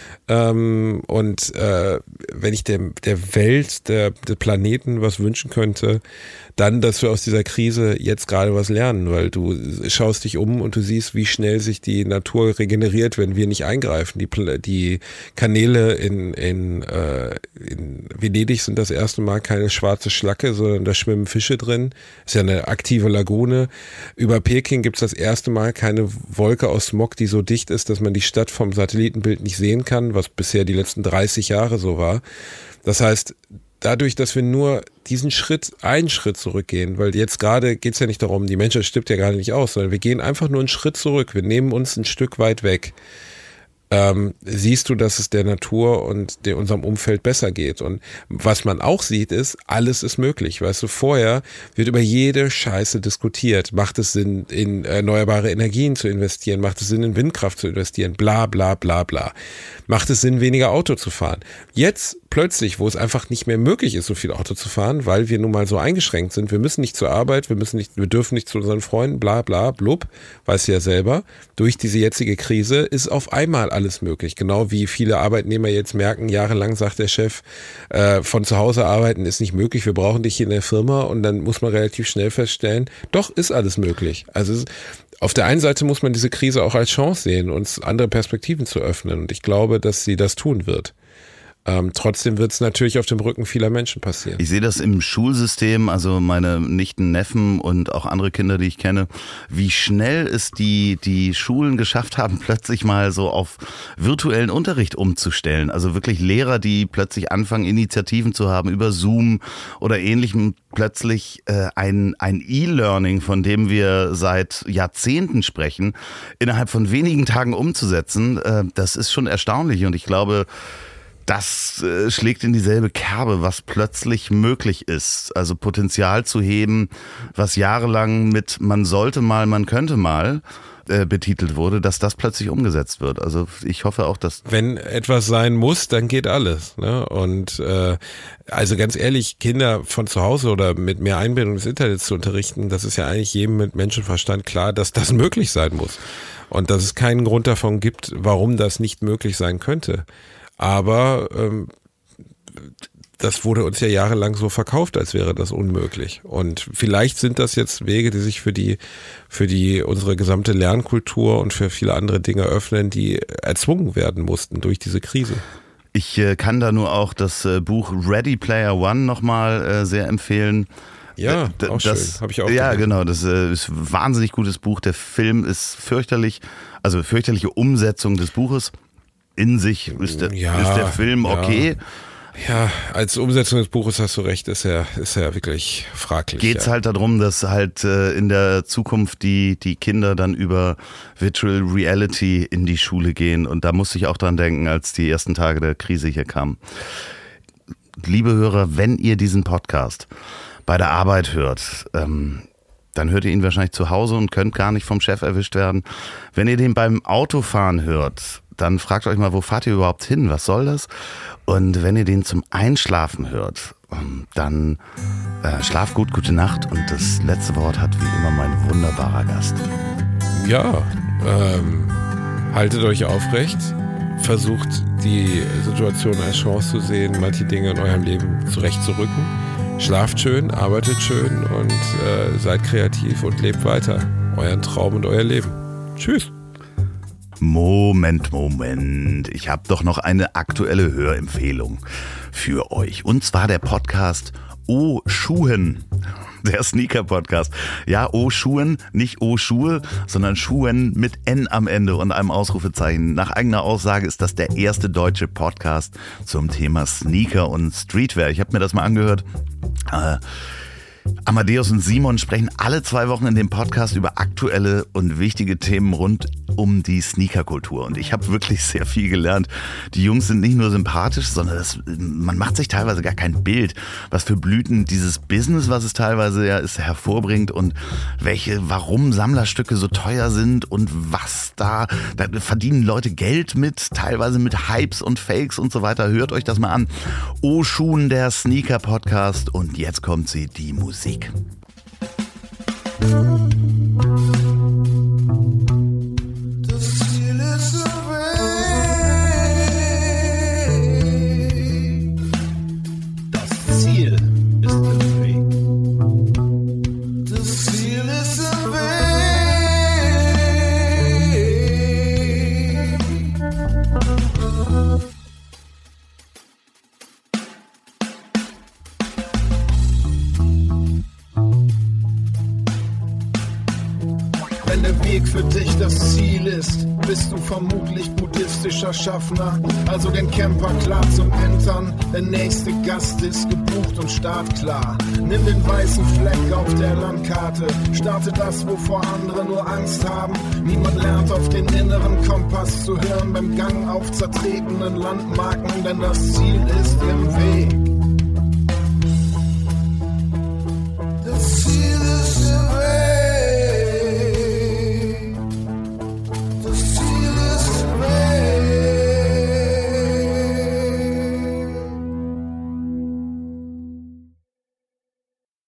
Ähm, und äh, wenn ich der, der Welt, der, der Planeten was wünschen könnte, dann, dass wir aus dieser Krise jetzt gerade was lernen, weil du schaust dich um und du siehst, wie schnell sich die Natur regeneriert, wenn wir nicht eingreifen. Die, die Kanäle in, in, äh, in Venedig sind das erste Mal keine schwarze Schlacke, sondern da schwimmen Fische drin. Ist ja eine aktive Lagune. Über Peking gibt's das erste Mal keine Wolke aus Smog, die so dicht ist, dass man die Stadt vom Satellitenbild nicht sehen kann, was bisher die letzten dreißig Jahre so war. Das heißt, dadurch, dass wir nur diesen Schritt, einen Schritt zurückgehen, weil jetzt gerade geht es ja nicht darum, die Menschheit stirbt ja gerade nicht aus, sondern wir gehen einfach nur einen Schritt zurück, wir nehmen uns ein Stück weit weg. Ähm, siehst du, dass es der Natur und der, unserem Umfeld besser geht. Und was man auch sieht, ist, alles ist möglich. Weißt du, vorher wird über jede Scheiße diskutiert. Macht es Sinn, in erneuerbare Energien zu investieren? Macht es Sinn, in Windkraft zu investieren? Bla, bla, bla, bla. Macht es Sinn, weniger Auto zu fahren? Jetzt plötzlich, wo es einfach nicht mehr möglich ist, so viel Auto zu fahren, weil wir nun mal so eingeschränkt sind. Wir müssen nicht zur Arbeit, wir müssen nicht, wir dürfen nicht zu unseren Freunden, bla, bla, blub. Weißt du ja selber. Durch diese jetzige Krise ist auf einmal alles möglich. Genau wie viele Arbeitnehmer jetzt merken, jahrelang sagt der Chef, äh, von zu Hause arbeiten ist nicht möglich, wir brauchen dich hier in der Firma, und dann muss man relativ schnell feststellen, doch, ist alles möglich. Also auf der einen Seite muss man diese Krise auch als Chance sehen, uns andere Perspektiven zu öffnen, und ich glaube, dass sie das tun wird. Ähm, trotzdem wird es natürlich auf dem Rücken vieler Menschen passieren. Ich sehe das im Schulsystem, also meine Nichten, Neffen und auch andere Kinder, die ich kenne, wie schnell es die, die Schulen geschafft haben, plötzlich mal so auf virtuellen Unterricht umzustellen. Also wirklich Lehrer, die plötzlich anfangen, Initiativen zu haben über Zoom oder ähnlichem, plötzlich äh, ein, ein E-Learning, von dem wir seit Jahrzehnten sprechen, innerhalb von wenigen Tagen umzusetzen. Äh, das ist schon erstaunlich, und ich glaube, das äh, schlägt in dieselbe Kerbe, was plötzlich möglich ist. Also Potenzial zu heben, was jahrelang mit man sollte mal, man könnte mal äh, betitelt wurde, dass das plötzlich umgesetzt wird. Also ich hoffe auch, dass... Wenn etwas sein muss, dann geht alles. Ne? Und äh, also ganz ehrlich, Kinder von zu Hause oder mit mehr Einbindung des Internets zu unterrichten, das ist ja eigentlich jedem mit Menschenverstand klar, dass das möglich sein muss. Und dass es keinen Grund davon gibt, warum das nicht möglich sein könnte. Aber ähm, das wurde uns ja jahrelang so verkauft, als wäre das unmöglich. Und vielleicht sind das jetzt Wege, die sich für die, für die unsere gesamte Lernkultur und für viele andere Dinge öffnen, die erzwungen werden mussten durch diese Krise. Ich äh, kann da nur auch das äh, Buch Ready Player One nochmal äh, sehr empfehlen. Ja, D- auch das, schön. Habe ich auch Ja, gemacht. genau. Das äh, ist ein wahnsinnig gutes Buch. Der Film ist fürchterlich, also fürchterliche Umsetzung des Buches. In sich ist der, Ja, ist der Film okay. Ja. Ja, als Umsetzung des Buches hast du recht, ist ja, ist ja wirklich fraglich. Geht's ja. halt darum, dass halt äh, in der Zukunft die, die Kinder dann über Virtual Reality in die Schule gehen. Und da musste ich auch dran denken, als die ersten Tage der Krise hier kamen. Liebe Hörer, wenn ihr diesen Podcast bei der Arbeit hört, ähm, dann hört ihr ihn wahrscheinlich zu Hause und könnt gar nicht vom Chef erwischt werden. Wenn ihr den beim Autofahren hört, dann fragt euch mal, wo fahrt ihr überhaupt hin? Was soll das? Und wenn ihr den zum Einschlafen hört, dann äh, schlaft gut, gute Nacht. Und das letzte Wort hat wie immer mein wunderbarer Gast. Ja, ähm, haltet euch aufrecht, versucht die Situation als Chance zu sehen, manche Dinge in eurem Leben zurechtzurücken. Schlaft schön, arbeitet schön und äh, seid kreativ und lebt weiter. Euren Traum und euer Leben. Tschüss. Moment, Moment. Ich habe doch noch eine aktuelle Hörempfehlung für euch. Und zwar der Podcast O Schuhen. Der Sneaker-Podcast. Ja, O Schuhen, nicht O Schuhe, sondern Schuhen mit N am Ende und einem Ausrufezeichen. Nach eigener Aussage ist das der erste deutsche Podcast zum Thema Sneaker und Streetwear. Ich habe mir das mal angehört. Äh, Amadeus und Simon sprechen alle zwei Wochen in dem Podcast über aktuelle und wichtige Themen rund um die Sneakerkultur. Und ich habe wirklich sehr viel gelernt. Die Jungs sind nicht nur sympathisch, sondern das, man macht sich teilweise gar kein Bild, was für Blüten dieses Business, was es teilweise ja ist, hervorbringt und welche, warum Sammlerstücke so teuer sind und was da, da verdienen Leute Geld mit, teilweise mit Hypes und Fakes und so weiter. Hört euch das mal an. O Schuhen, der Sneaker-Podcast. Und jetzt kommt sie, die Musik. Das Ziel ist im Weg. Das Ziel ist im Weg. Weg für dich das Ziel ist, bist du vermutlich buddhistischer Schaffner. Also den Camper klar zum Entern, der nächste Gast ist gebucht und startklar. Nimm den weißen Fleck auf der Landkarte, starte das, wovor andere nur Angst haben. Niemand lernt auf den inneren Kompass zu hören beim Gang auf zertretenen Landmarken, denn das Ziel ist im Weg.